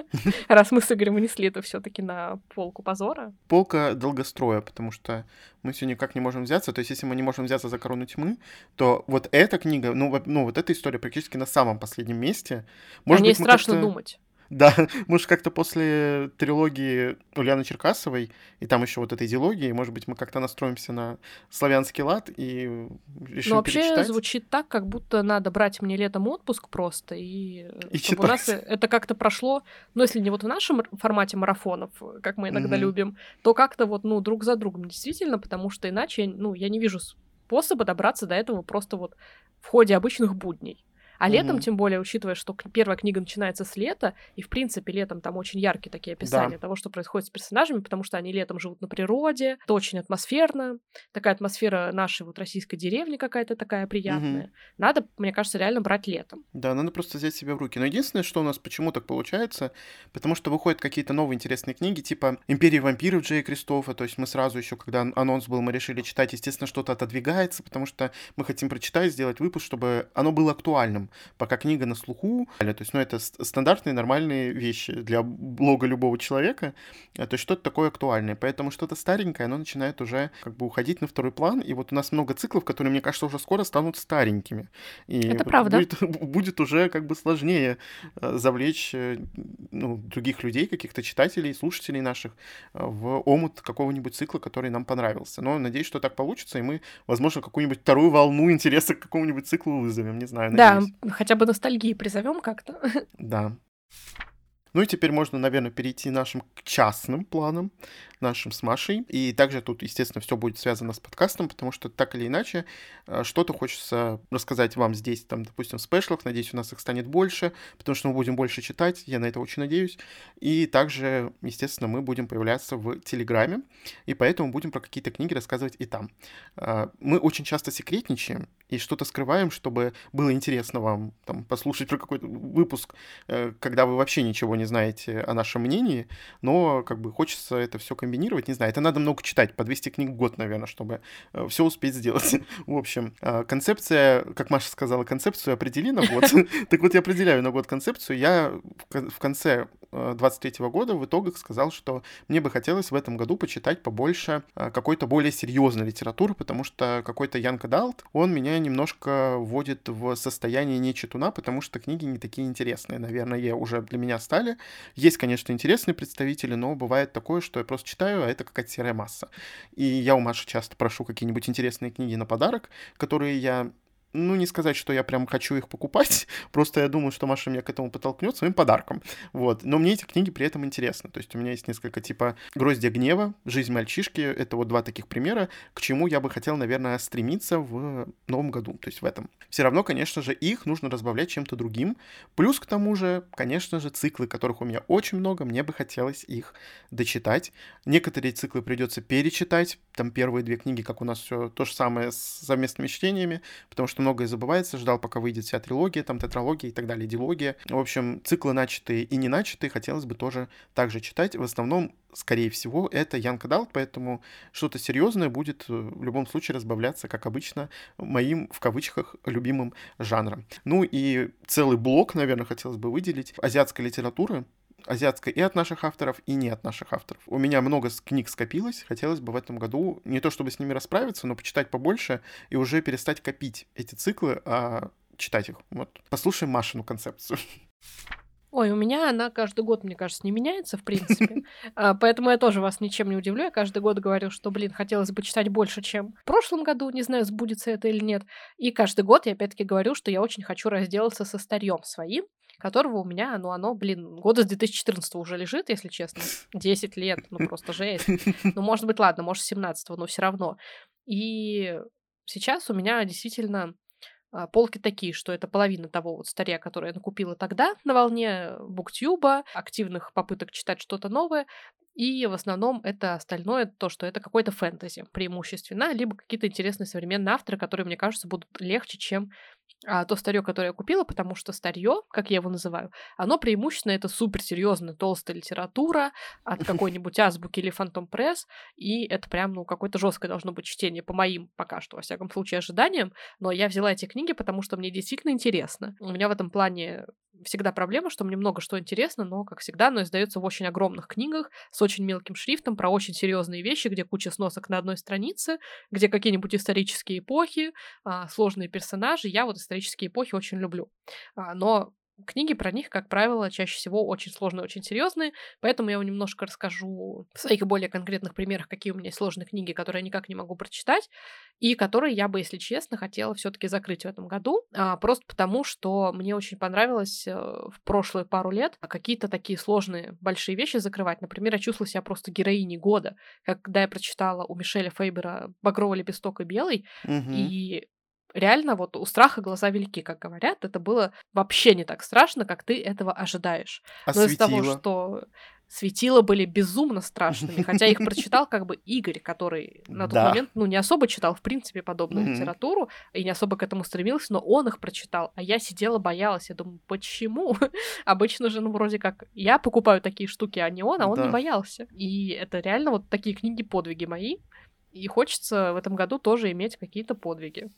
раз мы с Игорем унесли это все таки на полку позора. Полка долгостроя, потому что мы все никак не можем взяться. То есть, если мы не можем взяться за «Корону тьмы», то вот эта книга, ну, вот, ну, вот эта история практически на самом последнем месте. О Может ней быть, мы страшно как-то... думать. Да, может, как-то после трилогии Ульяны Черкасовой и там еще вот этой дилогии, может быть, мы как-то настроимся на славянский лад и Но решим вообще перечитать звучит так, как будто надо брать мне летом отпуск просто, и э, и чтобы у нас читать. э- это как-то прошло, ну, если не вот в нашем р- формате марафонов, э, как мы иногда Мгм. любим, то как-то вот, ну, друг за другом, действительно, потому что иначе, ну, я не вижу способа добраться до этого просто вот в ходе обычных будней. А летом, Мгм. тем более, учитывая, что к- первая книга начинается с лета, и, в принципе, летом там очень яркие такие Да. описания того, что происходит с персонажами, потому что они летом живут на природе, это очень атмосферно, такая атмосфера нашей вот российской деревни какая-то такая Мгм. приятная. Надо, мне кажется, реально брать летом. Да, надо просто взять себя в руки. Но единственное, что у нас почему так получается, потому что выходят какие-то новые интересные книги, типа «Империя вампиров» Джея Кристофа, то есть мы сразу еще, когда ан- анонс был, мы решили читать, естественно, что-то отодвигается, потому что мы хотим прочитать, сделать выпуск, чтобы оно было актуальным, пока книга на слуху. То есть, ну, это ст- стандартные, нормальные вещи для блога любого человека, а, то есть что-то такое актуальное. Поэтому что-то старенькое, оно начинает уже как бы уходить на второй план, и вот у нас много циклов, которые, мне кажется, уже скоро станут старенькими. И Это вот правда. будет, будет уже как бы сложнее э, завлечь э, ну, других людей, каких-то читателей, слушателей наших э, в омут какого-нибудь цикла, который нам понравился. Но надеюсь, что так получится, и мы, возможно, какую-нибудь вторую волну интереса к какому-нибудь циклу вызовем. Не знаю, Да, надеюсь. хотя бы ностальгии призовем как-то. Да. Ну и теперь можно, наверное, перейти нашим к частным планам, нашим с Машей. И также тут, естественно, все будет связано с подкастом, потому что так или иначе э, что-то хочется рассказать вам здесь, там, допустим, в спешлах. Надеюсь, у нас их станет больше, потому что мы будем больше читать, я на это очень надеюсь. И также, естественно, мы будем появляться в Телеграме, и поэтому будем про какие-то книги рассказывать и там. Э, Мы очень часто секретничаем и что-то скрываем, чтобы было интересно вам там, послушать про какой-то выпуск, э, когда вы вообще ничего не знаете о нашем мнении, но как бы хочется это все комбинировать, не знаю, это надо много читать, по двести книг в год, наверное, чтобы все успеть сделать. В общем, э, концепция, как Маша сказала, концепцию определи на год. Так вот, я определяю на год концепцию. Я в кон- в конце э, двадцать третьего года в итогах сказал, что мне бы хотелось в этом году почитать побольше э, какой-то более серьезной литературы, потому что какой-то Янг Адалт, он меня немножко вводит в состояние нечитуна, потому что книги не такие интересные, наверное, уже для меня стали. Есть, конечно, интересные представители, но бывает такое, что я просто читаю, а это какая-то серая масса. И я у Маши часто прошу какие-нибудь интересные книги на подарок, которые я, ну, не сказать, что я прям хочу их покупать, просто я думаю, что Маша меня к этому подтолкнет своим подарком. Вот. Но мне эти книги при этом интересны. То есть у меня есть несколько типа «Гроздья гнева», «Жизнь мальчишки». Это вот два таких примера, к чему я бы хотел, наверное, стремиться в новом году, то есть в этом. Все равно, конечно же, их нужно разбавлять чем-то другим. Плюс к тому же, конечно же, циклы, которых у меня очень много, мне бы хотелось их дочитать. Некоторые циклы придется перечитать. Там первые две книги, как у нас все то же самое с совместными чтениями, потому что многое забывается, ждал, пока выйдет вся трилогия, там тетралогия и так далее, дилогия. В общем, циклы начатые и не начатые хотелось бы тоже также читать. В основном, скорее всего, это Young Adult, поэтому что-то серьезное будет в любом случае разбавляться, как обычно, моим, в кавычках, любимым жанром. Ну и целый блок, наверное, хотелось бы выделить. Азиатская литература, азиатская и от наших авторов, и не от наших авторов. У меня много книг скопилось, хотелось бы в этом году не то чтобы с ними расправиться, но почитать побольше и уже перестать копить эти циклы, а читать их. Вот. Послушаем Машину концепцию. Ой, у меня она каждый год, мне кажется, не меняется, в принципе. А, поэтому я тоже вас ничем не удивлю. Я каждый год говорю, что, блин, хотелось бы читать больше, чем в прошлом году. Не знаю, сбудется это или нет. И каждый год я опять-таки говорю, что я очень хочу разделаться со старьем своим, которого у меня, ну, оно, блин, года с две тысячи четырнадцатого уже лежит, если честно. десять лет, ну, просто жесть. Ну, может быть, ладно, может, с семнадцатого, но все равно. И сейчас у меня действительно а, полки такие, что это половина того вот старья, которое я накупила тогда на волне буктюба, активных попыток читать что-то новое, и в основном это остальное, то, что это какой-то фэнтези преимущественно, либо какие-то интересные современные авторы, которые, мне кажется, будут легче, чем а, то старье, которое я купила, потому что старье, как я его называю, оно преимущественно это суперсерьезная толстая литература от какой-нибудь азбуки или Фантом Пресс, и это прям, ну, какое-то жесткое должно быть чтение по моим, пока что, во всяком случае, ожиданиям, но я взяла эти книги, потому что мне действительно интересно. У меня в этом плане всегда проблема, что мне много что интересно, но, как всегда, оно издается в очень огромных книгах с очень мелким шрифтом про очень серьезные вещи, где куча сносок на одной странице, где какие-нибудь исторические эпохи, а, сложные персонажи. Я вот исторические эпохи очень люблю. А, но книги про них, как правило, чаще всего очень сложные, очень серьезные, поэтому я вам немножко расскажу в своих более конкретных примерах, какие у меня есть сложные книги, которые я никак не могу прочитать, и которые я бы, если честно, хотела все-таки закрыть в этом году, а, просто потому, что мне очень понравилось э, в прошлые пару лет какие-то такие сложные большие вещи закрывать. Например, я чувствовала себя просто героиней года, когда я прочитала у Мишеля Фейбера «Багровый лепесток и белый», Мгм. и реально вот у страха глаза велики, как говорят. Это было вообще не так страшно, как ты этого ожидаешь. А Но из-за того, светило? что светила были безумно страшными, хотя их прочитал как бы Игорь, который на тот Да. момент, ну, не особо читал, в принципе, подобную Мгм. литературу и не особо к этому стремился, но он их прочитал, а я сидела, боялась. Я думаю, почему? Обычно же, ну, вроде как, я покупаю такие штуки, а не он, а он не Да. боялся. И это реально вот такие книги-подвиги мои. И хочется в этом году тоже иметь какие-то подвиги.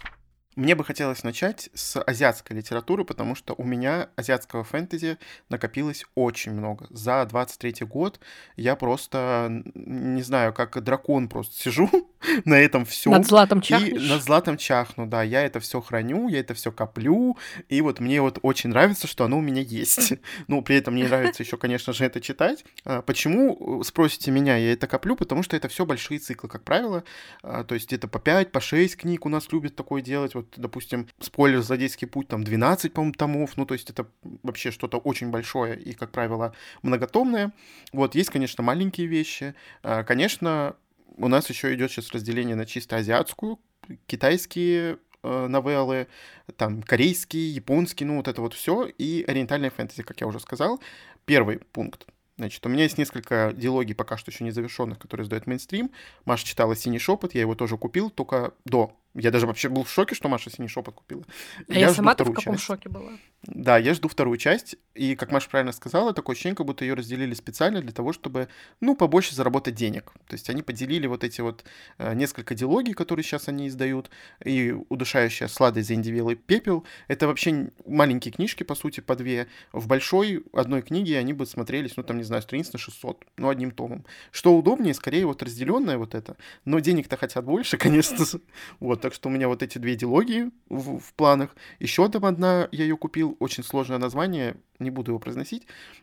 Мне бы хотелось начать с азиатской литературы, потому что у меня азиатского фэнтези накопилось очень много. За двадцать третий год я просто, н- не знаю, как дракон просто сижу на этом Над всем златом и чахнешь? над златом чахну, да, я это все храню, я это все коплю, и вот мне вот очень нравится, что оно у меня есть. Ну, при этом мне нравится еще, конечно же, это читать. А, Почему, э, спросите меня, я это коплю? Потому что это все большие циклы, как правило. А, То есть где-то по пять, по шесть книг у нас любят такое делать. Вот, допустим, спойлер, «Злодейский путь», там двенадцать, по-моему, томов. Ну, то есть это вообще что-то очень большое и, как правило, многотомное. Вот, есть, конечно, маленькие вещи. А, Конечно, у нас еще идет сейчас разделение на чисто азиатскую, китайские э, новеллы, там корейские, японские, ну вот это вот все, и ориентальное фэнтези, как я уже сказал. Первый пункт. Значит, у меня есть несколько дилогий, пока что еще не завершенных, которые сдает мейнстрим. Маша читала «Синий шепот», я его тоже купил, только до. Я даже вообще был в шоке, что Маша «Синий шепот» купила. А я Я жду сама-то в вторую каком часть. шоке была. Да, я жду вторую часть, и, как Маша правильно сказала, такое ощущение, как будто ее разделили специально для того, чтобы, ну, побольше заработать денег. То есть они поделили вот эти вот э, несколько дилогий, которые сейчас они издают, и «Удушающая сладость» «Заиндивелый пепел». Это вообще н- маленькие книжки, по сути, по две. В большой одной книге они бы смотрелись, ну, там, не знаю, страниц на шестьсот, ну, одним томом. Что удобнее, скорее, вот разделенное вот это. Но денег-то хотят больше, конечно. Вот, так что у меня вот эти две дилогии в, в планах. Еще там одна, я ее купил, очень сложное название, не буду его произносить,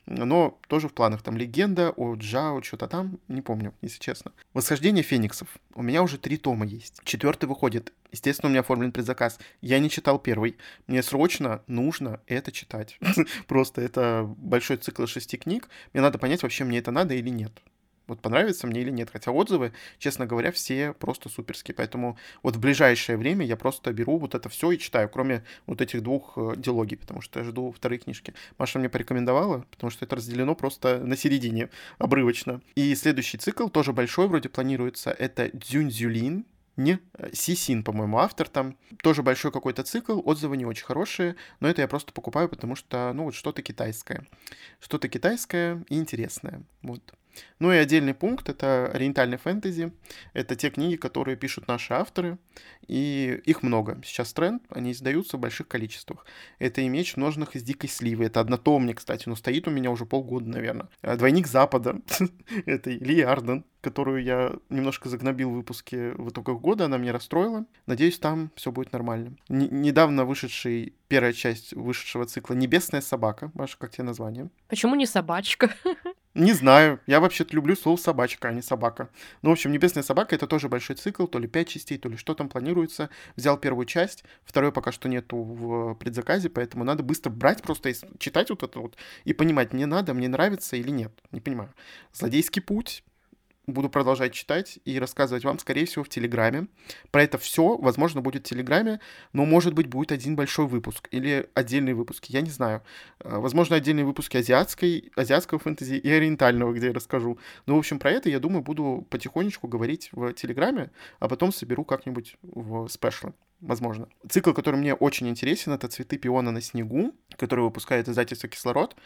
но тоже в планах. Там «Легенда о Джао», что-то там, не помню, если честно. «Восхождение фениксов». У меня уже три тома есть. Четвертый выходит. Естественно, у меня оформлен предзаказ. Я не читал первый. Мне срочно нужно это читать. Просто это большой цикл шести книг. Мне надо понять, вообще мне это надо или нет. Вот понравится мне или нет. Хотя отзывы, честно говоря, все просто суперские. Поэтому вот в ближайшее время я просто беру вот это все и читаю, кроме вот этих двух э, дилогий, потому что я жду вторые книжки. Маша мне порекомендовала, потому что это разделено просто на середине, обрывочно. И следующий цикл, тоже большой вроде планируется, это «Дзюньцзюлин». Не, Сисин, по-моему, автор там. Тоже большой какой-то цикл, отзывы не очень хорошие, но это я просто покупаю, потому что, ну, вот что-то китайское. Что-то китайское и интересное. Вот. Ну и отдельный пункт — это ориентальный фэнтези. Это те книги, которые пишут наши авторы, и их много. Сейчас тренд, они издаются в больших количествах. Это «И меч множных из дикой сливы». Это однотомник, кстати, но стоит у меня уже полгода, наверное. «Двойник Запада». Это Ли Арден, которую я немножко загнобил в выпуске в итогах года, она меня расстроила. Надеюсь, там все будет нормально. Н- недавно вышедший, первая часть вышедшего цикла «Небесная собака». Маша, как тебе название? Почему не собачка? Не знаю. Я вообще-то люблю слово «собачка», а не «собака». Ну, в общем, «Небесная собака» — это тоже большой цикл, то ли пять частей, то ли что там планируется. Взял первую часть, второй пока что нету в предзаказе, поэтому надо быстро брать просто и читать вот это вот и понимать, мне надо, мне нравится или нет. Не понимаю. «Злодейский путь». Буду продолжать читать и рассказывать вам, скорее всего, в Телеграме. Про это все, возможно, будет в Телеграме, но, может быть, будет один большой выпуск или отдельные выпуски, я не знаю. Возможно, отдельные выпуски азиатской, азиатского фэнтези и ориентального, где я расскажу. Ну, в общем, про это, я думаю, буду потихонечку говорить в Телеграме, а потом соберу как-нибудь в спешлы. Возможно. Цикл, который мне очень интересен, это «Цветы пиона на снегу», который выпускает издательство «Кислород».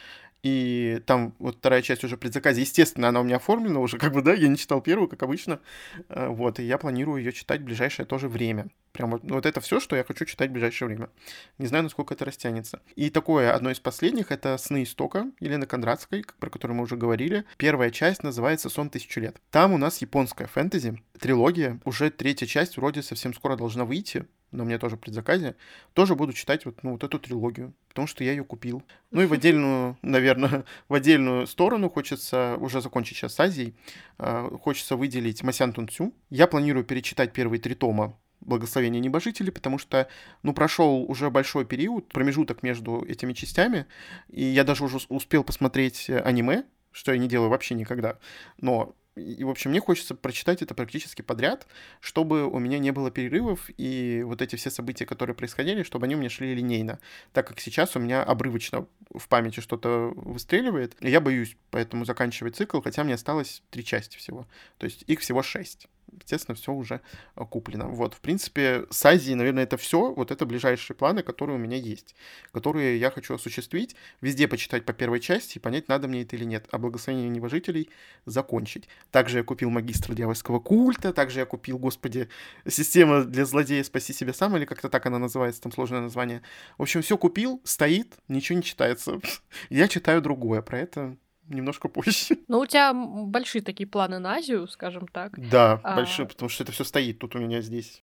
И там вот вторая часть уже в предзаказе. Естественно, она у меня оформлена уже, как бы, да, я не читал первую, как обычно. Вот, и я планирую ее читать в ближайшее тоже время. Прям вот, вот это все, что я хочу читать в ближайшее время. Не знаю, насколько это растянется. И такое, одно из последних, это «Сны истока» Елены Кондратской, про которую мы уже говорили. Первая часть называется «Сон тысячу лет». Там у нас японская фэнтези, трилогия. Уже третья часть вроде совсем скоро должна выйти, но мне тоже в предзаказе. Тоже буду читать вот, ну, вот эту трилогию, потому что я ее купил. Ну и в отдельную, наверное, в отдельную сторону хочется уже закончить сейчас с Азией. Хочется выделить Масян Тунцю. Я планирую перечитать первые три тома «Благословение небожителей», потому что, ну, прошел уже большой период, промежуток между этими частями, и я даже уже успел посмотреть аниме, что я не делаю вообще никогда, но и, в общем, мне хочется прочитать это практически подряд, чтобы у меня не было перерывов, и вот эти все события, которые происходили, чтобы они у меня шли линейно, так как сейчас у меня обрывочно в памяти что-то выстреливает, и я боюсь поэтому заканчивать цикл, хотя мне осталось три части всего, то есть их всего шесть. Естественно, все уже куплено. Вот, в принципе, с Азией, наверное, это все. Вот это ближайшие планы, которые у меня есть, которые я хочу осуществить. Везде почитать по первой части и понять, надо мне это или нет. А «Благословение небожителей» закончить. Также я купил «Магистра дьявольского культа», также я купил, господи, «Система для злодея спаси себя сам», или как-то так она называется, там сложное название. В общем, все купил, стоит, ничего не читается. Я читаю другое, про это немножко позже. Ну, у тебя большие такие планы на Азию, скажем так. Да, а... большие, потому что это все стоит тут у меня здесь.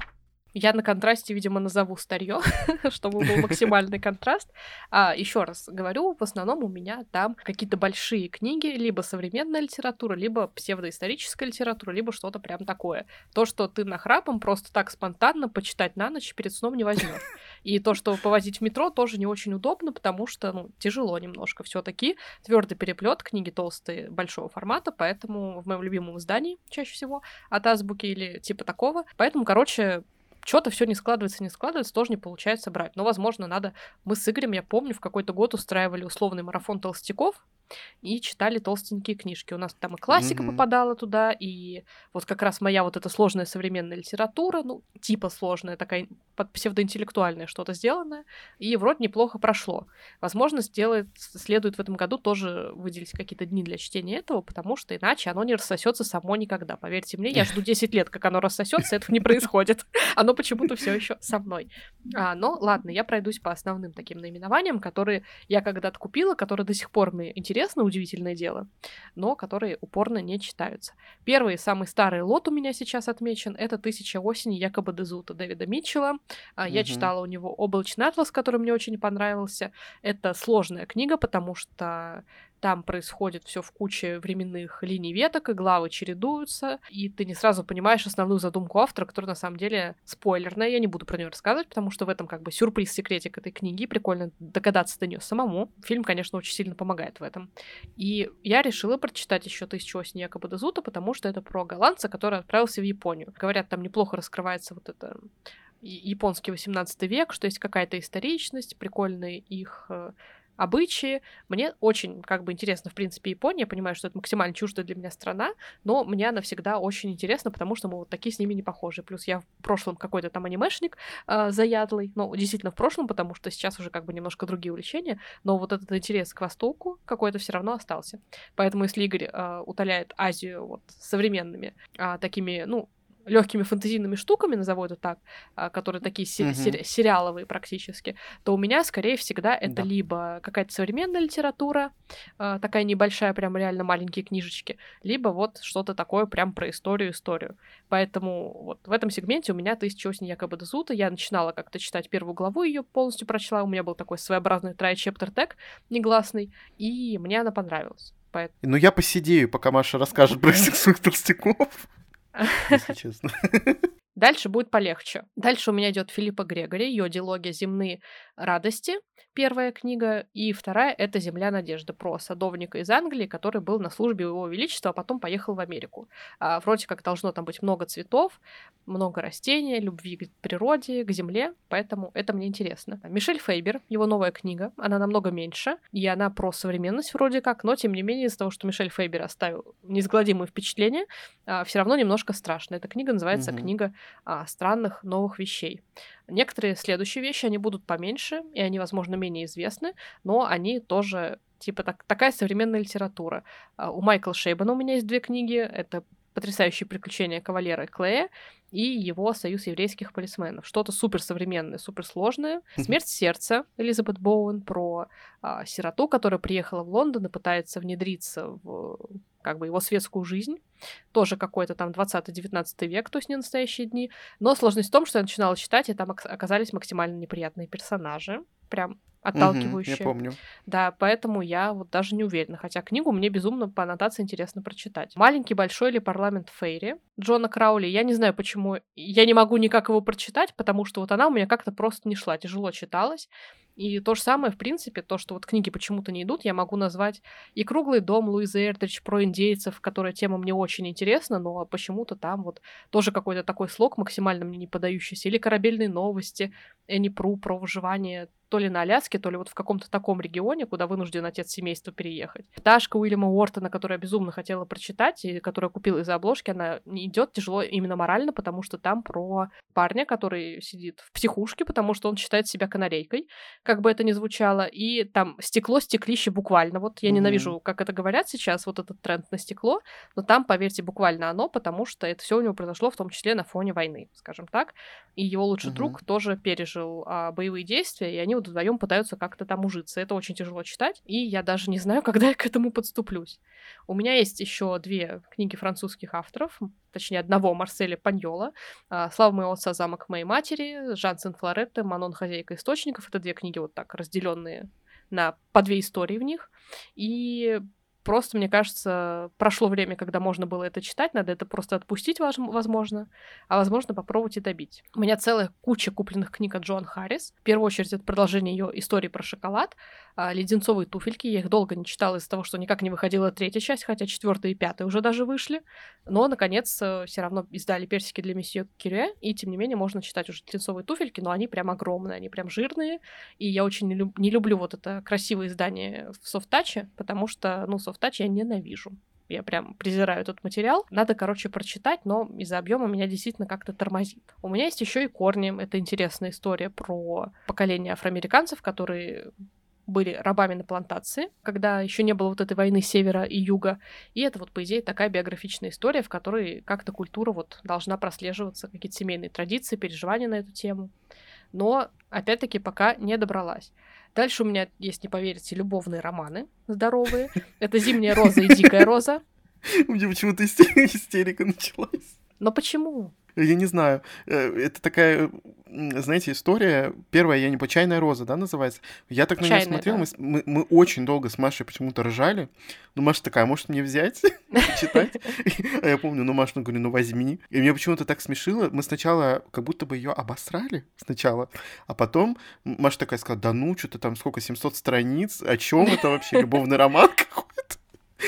Я на контрасте, видимо, назову старье, чтобы был максимальный контраст. А, еще раз говорю, в основном у меня там какие-то большие книги, либо современная литература, либо псевдоисторическая литература, либо что-то прям такое. То, что ты нахрапом просто так спонтанно почитать на ночь перед сном не возьмешь. И то, что повозить в метро, тоже не очень удобно, потому что, ну, тяжело немножко все-таки. Твердый переплет, книги толстые, большого формата, поэтому в моем любимом издании чаще всего от Азбуки или типа такого. Поэтому, короче, что-то все не складывается, не складывается, тоже не получается брать. Но, возможно, надо... Мы с Игорем, я помню, в какой-то год устраивали условный марафон толстяков и читали толстенькие книжки. У нас там и классика mm-hmm. попадала туда, и вот как раз моя вот эта сложная современная литература, ну, типа сложная, такая под псевдоинтеллектуальное что-то сделанное, и вроде неплохо прошло. Возможно, сделает, следует в этом году тоже выделить какие-то дни для чтения этого, потому что иначе оно не рассосется само никогда. Поверьте мне, я жду десять лет, как оно рассосется, этого не происходит. Оно почему-то все еще со мной. А, но ладно, я пройдусь по основным таким наименованиям, которые я когда-то купила, которые до сих пор мне интересны, удивительное дело, но которые упорно не читаются. Первый, самый старый лот у меня сейчас отмечен, это «Тысяча осени» Якоба де Зута Дэвида Митчелла. А, я mm-hmm. читала у него «Облачный атлас», который мне очень понравился. Это сложная книга, потому что там происходит все в куче временных линий веток, и главы чередуются, и ты не сразу понимаешь основную задумку автора, которая на самом деле спойлерная. Я не буду про нее рассказывать, потому что в этом как бы сюрприз, секретик этой книги. Прикольно догадаться до нее самому. Фильм, конечно, очень сильно помогает в этом. И я решила прочитать еще «Тысячу осени» Якоба де Зута, потому что это про голландца, который отправился в Японию. Говорят, там неплохо раскрывается вот это японский восемнадцатый век, что есть какая-то историчность, прикольные их обычаи. Мне очень, как бы, интересно, в принципе, Япония. Я понимаю, что это максимально чуждая для меня страна, но мне она всегда очень интересна, потому что мы вот такие с ними не похожи. Плюс я в прошлом какой-то там анимешник э, заядлый, ну, действительно в прошлом, потому что сейчас уже как бы немножко другие увлечения, но вот этот интерес к Востоку какой-то все равно остался. Поэтому если Игорь э, утоляет Азию вот современными э, такими, ну, легкими фэнтезийными штуками, назову это так, а, которые такие се- Мгм. сери- сериаловые практически, то у меня, скорее всегда, это Да. либо какая-то современная литература, а, такая небольшая, прям реально маленькие книжечки, либо вот что-то такое прям про историю-историю. Поэтому вот в этом сегменте у меня «Тысяча осень якобы Дезута». Я начинала как-то читать первую главу, ее полностью прочла, у меня был такой своеобразный try-chapter tag негласный, и мне она понравилась. Поэт- Ну, я посидею, пока Маша расскажет про всех своих толстяков, если честно. Дальше будет полегче. Дальше у меня идет Филиппа Грегори, ее дилогия «Земные радости», первая книга, и вторая — это «Земля надежды», про садовника из Англии, который был на службе у его величества, а потом поехал в Америку. А, вроде как должно там быть много цветов, много растений, любви к природе, к земле, поэтому это мне интересно. Мишель Фейбер, его новая книга, она намного меньше, и она про современность вроде как, но тем не менее из-за того, что Мишель Фейбер оставил неизгладимые впечатления, все равно немножко страшно. Эта книга называется Мгм. «Книга а, странных новых вещей». Некоторые следующие вещи, они будут поменьше, и они, возможно, менее известны, но они тоже, типа, так, такая современная литература. А, у Майкла Шейбана у меня есть две книги. Это «Потрясающие приключения кавалера Клея» и его «Союз еврейских полисменов». Что-то суперсовременное, суперсложное. «Смерть сердца» Элизабет Боуэн про а, сироту, которая приехала в Лондон и пытается внедриться в как бы его светскую жизнь. Тоже какой-то там двадцатый-девятнадцатый век, то есть не настоящие дни. Но сложность в том, что я начинала читать, и там ок- оказались максимально неприятные персонажи. Прям Мгм, я отталкивающие. помню. Да, поэтому я вот даже не уверена. Хотя книгу мне безумно по аннотации интересно прочитать. «Маленький, большой» или «Парламент Фейри» Джона Краули. Я не знаю, почему я не могу никак его прочитать, потому что вот она у меня как-то просто не шла, тяжело читалась. И то же самое, в принципе, то, что вот книги почему-то не идут, я могу назвать и «Круглый дом» Луизы Эрдрич про индейцев, которая тема мне очень интересна, но почему-то там вот тоже какой-то такой слог максимально мне не поддающийся. Или «Корабельные новости» Энни Пру про выживание то ли на Аляске, то ли вот в каком-то таком регионе, куда вынужден отец семейства переехать. «Пташка» Уильяма Уортона, которую я безумно хотела прочитать, и которую я купила из-за обложки, она не идет тяжело именно морально, потому что там про парня, который сидит в психушке, потому что он считает себя канарейкой, как бы это ни звучало, и там стекло, стеклище буквально. Вот я Мгм. ненавижу, как это говорят сейчас, вот этот тренд на стекло, но там, поверьте, буквально оно, потому что это все у него произошло в том числе на фоне войны, скажем так. И его лучший Мгм. друг тоже пережил а, боевые действия, и они вот вдвоем пытаются как-то там ужиться. Это очень тяжело читать, и я даже не знаю, когда я к этому подступлюсь. У меня есть еще две книги французских авторов, точнее, одного Марселя Паньола. а, «Слава моего отца, замок моей матери», Жан Сен-Флоретте, «Манон, хозяйка источников». Это две книги вот так разделенные на по две истории в них. И просто, мне кажется, прошло время, когда можно было это читать, надо это просто отпустить, вож- возможно, а возможно попробовать и добить. У меня целая куча купленных книг от Джоан Харрис. В первую очередь, это продолжение ее истории про шоколад, а, «Леденцовые туфельки». Я их долго не читала из-за того, что никак не выходила третья часть, хотя четвертая и пятая уже даже вышли. Но, наконец, все равно издали «Персики для месье Кюре», и, тем не менее, можно читать уже «Леденцовые туфельки», но они прям огромные, они прям жирные, и я очень не, люб- не люблю вот это красивое издание в софттаче, потому что, ну, софттач я ненавижу. Я прям презираю этот материал. Надо, короче, прочитать, но из-за объема меня действительно как-то тормозит. У меня есть еще и «Корни». Это интересная история про поколение афроамериканцев, которые были рабами на плантации, когда еще не было вот этой войны севера и юга. И это вот, по идее, такая биографичная история, в которой как-то культура вот должна прослеживаться, какие-то семейные традиции, переживания на эту тему. Но, опять-таки, пока не добралась. Дальше у меня есть, не поверите, любовные романы здоровые. Это «Зимняя роза» и «Дикая роза». У меня почему-то исте- истерика началась. Но почему? Я не знаю. Э, Это такая, м, знаете, история. Первая, я не по «Чайная роза», да, называется? Я так на нее Чайная, смотрел, да. мы, с- мы, мы очень долго с Машей почему-то ржали. Ну, Маша такая, может, мне взять, почитать? А я помню, ну, Маша, ну, говорю, ну, возьми. И мне почему-то так смешило. Мы сначала как будто бы ее обосрали сначала, а потом Маша такая сказала, да ну, что-то там сколько, семьсот страниц, о чем это вообще, любовный роман какой-то?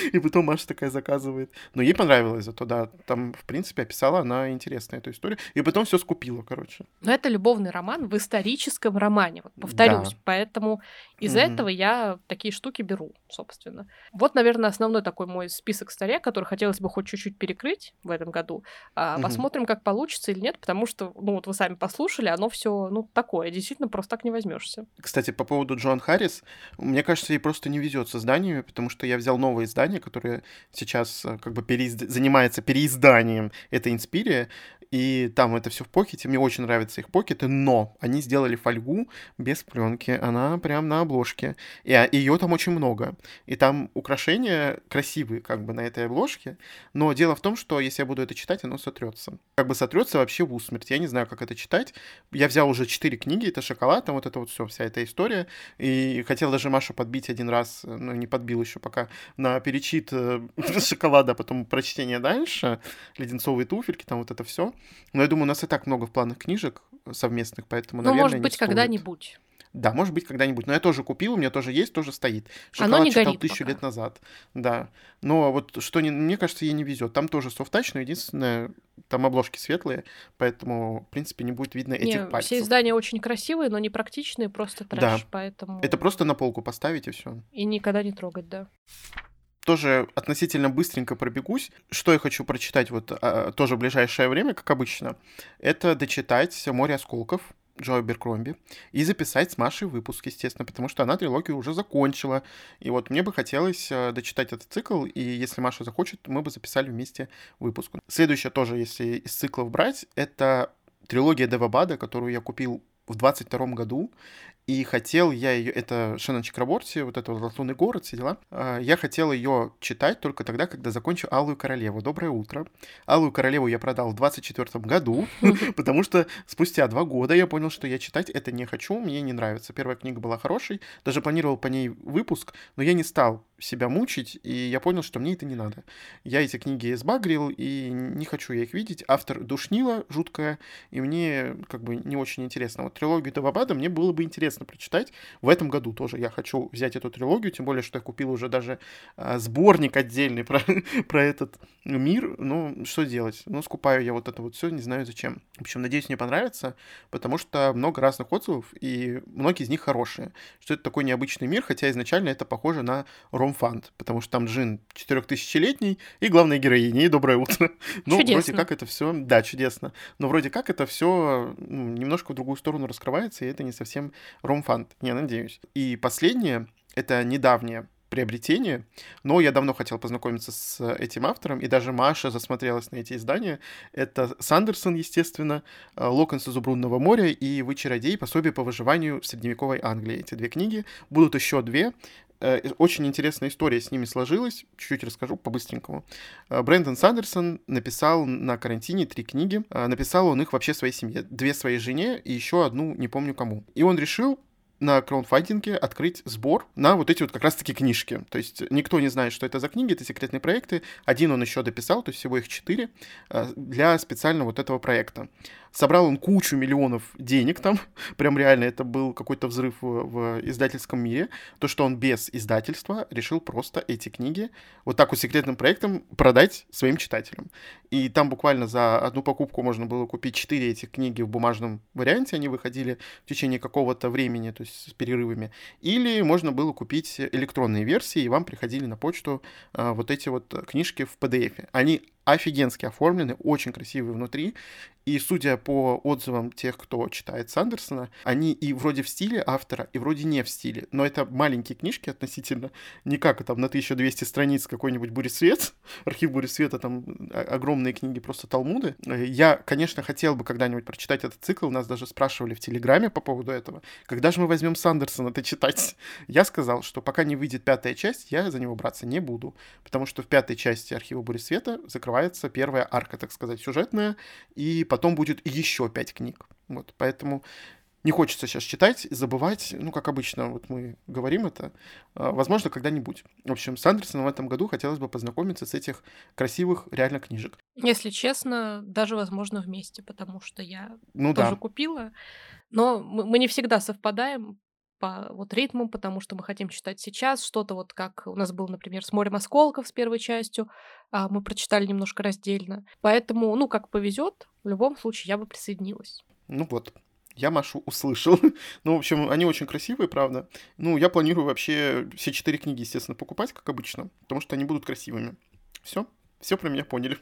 И потом Маша такая заказывает. Но ей понравилось зато, да. Там, в принципе, описала она интересно эту историю. И потом все скупила, короче. Но это любовный роман в историческом романе, вот повторюсь. Да. Поэтому из Мгм. этого я такие штуки беру, собственно. Вот, наверное, основной такой мой список старе, который хотелось бы хоть чуть-чуть перекрыть в этом году. А, Мгм. Посмотрим, как получится или нет, потому что, ну вот вы сами послушали, оно все, ну, такое, действительно, просто так не возьмешься. Кстати, по поводу Джоан Харрис, мне кажется, ей просто не везет с изданиями, потому что я взял новое издание, которое сейчас э, как бы переизд- занимается переизданием. Это Инспирия, и там это все в покете. Мне очень нравятся их покеты, но они сделали фольгу без пленки. Она прям на обложке. И ее там очень много. И там украшения красивые как бы на этой обложке. Но дело в том, что если я буду это читать, оно сотрется. Как бы сотрется вообще в усмерть. Я не знаю, как это читать. Я взял уже четыре книги, это «Шоколад», там вот это вот все, вся эта история. И хотел даже Машу подбить один раз, ну, не подбил еще пока, на перечит э, «Шоколада», потом прочтение дальше, «Леденцовые туфельки», там вот это все. Но я думаю, у нас и так много в планах книжек совместных, поэтому, Ну, наверное, может не быть, стоит. когда-нибудь. Да, может быть, когда-нибудь. Но я тоже купил, у меня тоже есть, тоже стоит. Оно «Шоколад» не читал горит тысячу пока. лет назад. Да. Но вот что, не, мне кажется, ей не везет. Там тоже софт-тач, но единственное, там обложки светлые, поэтому, в принципе, не будет видно этих Не, все пальцев. издания очень красивые, но не практичные, просто Да. трэш, поэтому... Это просто на полку поставить и все. И никогда не трогать, да. Тоже относительно быстренько пробегусь. Что я хочу прочитать вот а, тоже в ближайшее время, как обычно, это дочитать «Море осколков» Джо Аберкромби и записать с Машей выпуск, естественно, потому что она трилогию уже закончила. И вот мне бы хотелось э, дочитать этот цикл, и если Маша захочет, мы бы записали вместе выпуск. Следующее тоже, если из циклов брать, это трилогия Девабада, которую я купил в двадцать втором году. И хотел я ее, это Шеннон Чакраборти, вот это вот «Лунный город», все дела. А, Я хотел ее читать только тогда, когда закончу «Алую королеву». Доброе утро. «Алую королеву» я продал в двадцать четвертом году, потому что спустя два года я понял, что я читать это не хочу, мне не нравится. Первая книга была хорошей, даже планировал по ней выпуск, но я не стал себя мучить, и я понял, что мне это не надо. Я эти книги сбагрил, и не хочу я их видеть. Автор душнила жуткая, и мне как бы не очень интересно. Вот трилогию Девабада мне было бы интересно прочитать. В этом году тоже я хочу взять эту трилогию, тем более, что я купил уже даже а, сборник отдельный про, про этот мир. Ну, что делать? Ну, скупаю я вот это вот все, не знаю зачем. В общем, надеюсь, мне понравится, потому что много разных отзывов, и многие из них хорошие. Что это такой необычный мир, хотя изначально это похоже на ромфант, потому что там Джин четырехтысячелетний и главная героиня, и доброе утро. Ну, вроде Чудесно. как это все, да, чудесно. Но вроде как это все немножко в другую сторону раскрывается, и это не совсем ромфант, я надеюсь. И последнее, это недавнее приобретение, но я давно хотел познакомиться с этим автором, и даже Маша засмотрелась на эти издания. Это Сандерсон, естественно, «Локонс изумрудного моря» и «Вы чародей. Пособие по выживанию в средневековой Англии». Эти две книги. Будут еще две. Очень интересная история с ними сложилась. Чуть-чуть расскажу по-быстренькому. Брэндон Сандерсон написал на карантине три книги. Написал он их вообще своей семье. Две своей жене и еще одну не помню кому. И он решил на краудфандинге открыть сбор на вот эти вот как раз-таки книжки. То есть никто не знает, что это за книги, это секретные проекты. Один он еще дописал, то есть всего их четыре, для специально вот этого проекта. Собрал он кучу миллионов денег там, прям реально это был какой-то взрыв в, в издательском мире. То, что он без издательства решил просто эти книги вот так вот секретным проектом продать своим читателям. И там буквально за одну покупку можно было купить четыре этих книги в бумажном варианте, они выходили в течение какого-то времени, то есть с перерывами. Или можно было купить электронные версии, и вам приходили на почту а, вот эти вот книжки в пи ди эф. Они офигенски оформлены, очень красивые внутри. И судя по отзывам тех, кто читает Сандерсона, они и вроде в стиле автора, и вроде не в стиле. Но это маленькие книжки относительно, не как там на тысячу двести страниц какой-нибудь «Буресвет», архив «Буресвета», там огромные книги, просто талмуды. Я, конечно, хотел бы когда-нибудь прочитать этот цикл, нас даже спрашивали в Телеграме по поводу этого. Когда же мы возьмем Сандерсона-то читать? Я сказал, что пока не выйдет пятая часть, я за него браться не буду, потому что в пятой части архива «Буресвета» закрывается первая арка, так сказать, сюжетная, и потом будет еще пять книг. Вот, поэтому не хочется сейчас читать, забывать, ну, как обычно, вот мы говорим это, возможно, когда-нибудь. В общем, с Андерсоном в этом году хотелось бы познакомиться с этих красивых реально книжек. Если честно, даже, возможно, вместе, потому что я Ну тоже да. купила, но мы мы не всегда совпадаем по вот ритмам, потому что мы хотим читать сейчас. Что-то вот как у нас было, например, с «Морем осколков» с первой частью, а, мы прочитали немножко раздельно. Поэтому, ну, как повезет, в любом случае я бы присоединилась. Ну вот, я Машу услышал. Ну, в общем, они очень красивые, правда. Ну, я планирую вообще все четыре книги, естественно, покупать, как обычно, потому что они будут красивыми. Все, все про меня поняли.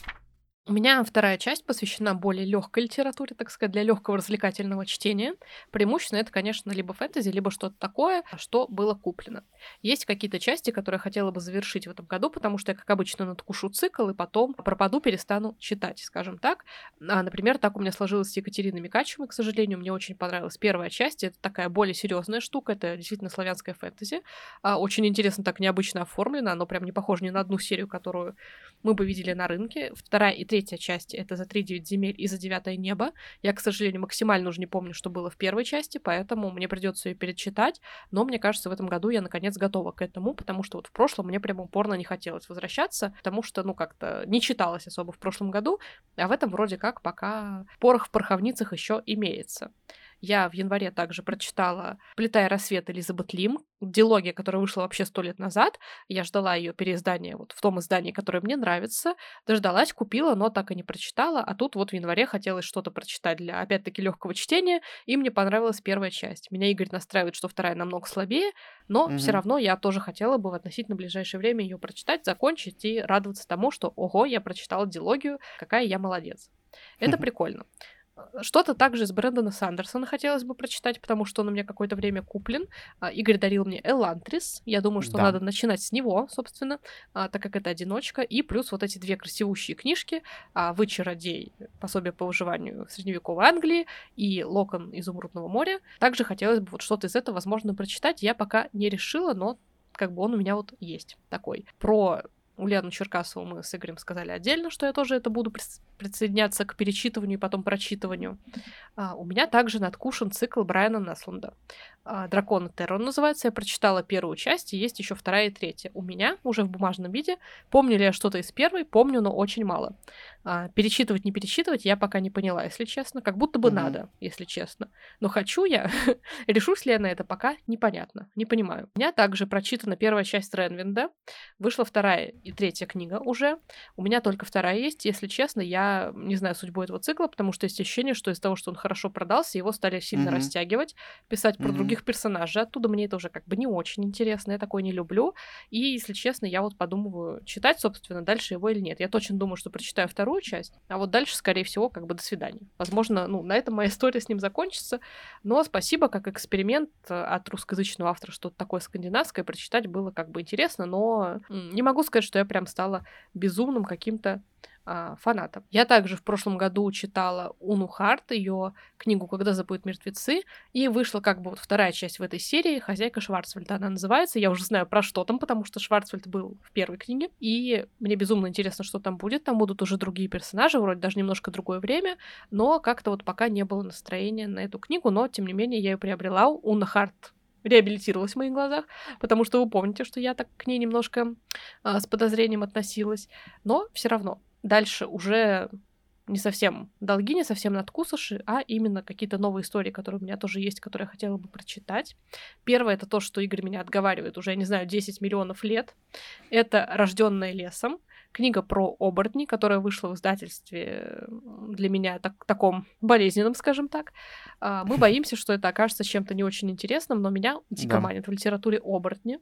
У меня вторая часть посвящена более легкой литературе, так сказать, для легкого развлекательного чтения. Преимущественно это, конечно, либо фэнтези, либо что-то такое, что было куплено. Есть какие-то части, которые я хотела бы завершить в этом году, потому что я, как обычно, надкушу цикл и потом пропаду, перестану читать, скажем так. А, например, так у меня сложилось с Екатериной Микачевой, к сожалению, мне очень понравилась первая часть. Это такая более серьезная штука, это действительно славянская фэнтези. А, очень интересно, так необычно оформлено, оно прям не похоже ни на одну серию, которую мы бы видели на рынке. Вторая и третья части — это «За три девять земель» и «За девятое небо». Я, к сожалению, максимально уже не помню, что было в первой части, поэтому мне придется ее перечитать, но мне кажется, в этом году я, наконец, готова к этому, потому что вот в прошлом мне прям упорно не хотелось возвращаться, потому что, ну, как-то не читалось особо в прошлом году, а в этом вроде как пока порох в пороховницах еще имеется. Я в январе также прочитала «Плетая рассвет» Элизабет Лим, дилогия, которая вышла вообще сто лет назад. Я ждала ее переиздания вот в том издании, которое мне нравится. Дождалась, купила, но так и не прочитала. А тут вот в январе хотелось что-то прочитать для, опять-таки, легкого чтения, и мне понравилась первая часть. Меня Игорь настраивает, что вторая намного слабее, но Мгм. все равно я тоже хотела бы в относительно ближайшее время ее прочитать, закончить и радоваться тому, что, ого, я прочитала дилогию, какая я молодец. Это прикольно. Что-то также из Брэндона Сандерсона хотелось бы прочитать, потому что он у меня какое-то время куплен. А, Игорь дарил мне «Элантрис». Я думаю, что Да. надо начинать с него, собственно, а, так как это одиночка. И плюс вот эти две красивущие книжки а, «Вы чародей. Пособие по выживанию в средневековой Англии» и «Локон изумрудного моря». Также хотелось бы вот что-то из этого, возможно, прочитать. Я пока не решила, но как бы он у меня вот есть такой. Про Ульяну Черкасову мы с Игорем сказали отдельно, что я тоже это буду прис- присоединяться к перечитыванию и потом прочитыванию. А, у меня также надкушен цикл Брайана Неслунда. А, «Дракон Террор» называется. Я прочитала первую часть, и есть еще вторая и третья. У меня уже в бумажном виде. Помню ли я что-то из первой? Помню, но очень мало. А, перечитывать, не перечитывать я пока не поняла, если честно. Как будто бы Мгм. надо, если честно. Но хочу я. Решусь ли я на это, пока непонятно. Не понимаю. У меня также прочитана первая часть Ренвинда. Вышла вторая и третья книга уже. У меня только вторая есть. Если честно, я не знаю судьбу этого цикла, потому что есть ощущение, что из-за того, что он хорошо продался, его стали сильно Мгм. растягивать, писать про Мгм. других персонажей. Оттуда мне это уже как бы не очень интересно, я такое не люблю. И, если честно, я вот подумываю, читать, собственно, дальше его или нет. Я точно думаю, что прочитаю вторую часть, а вот дальше, скорее всего, как бы до свидания. Возможно, ну, на этом моя история с ним закончится, но спасибо, как эксперимент от русскоязычного автора, что-то такое скандинавское прочитать было как бы интересно, но м, не могу сказать, что я прям стала безумным каким-то а, фанатом. Я также в прошлом году читала Уну Харт, ее книгу «Когда забудут мертвецы», и вышла как бы вот вторая часть в этой серии, «Хозяйка Шварцвальда» она называется. Я уже знаю про что там, потому что Шварцвальд был в первой книге, и мне безумно интересно, что там будет. Там будут уже другие персонажи, вроде даже немножко другое время, но как-то вот пока не было настроения на эту книгу, но, тем не менее, я ее приобрела. Уна Харт реабилитировалась в моих глазах, потому что вы помните, что я так к ней немножко а, с подозрением относилась, но все равно дальше уже не совсем долги, не совсем надкусыши, а именно какие-то новые истории, которые у меня тоже есть, которые я хотела бы прочитать. Первое — это то, что Игорь меня отговаривает уже, я не знаю, десять миллионов лет. Это «Рожденная лесом». Книга про оборотней, которая вышла в издательстве для меня так, таком болезненном, скажем так. А, Мы боимся, что это окажется чем-то не очень интересным, но меня дико Да. манит в литературе оборотни.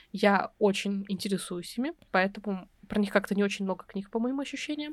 Я очень интересуюсь ими, поэтому про них как-то не очень много книг, по моим ощущениям.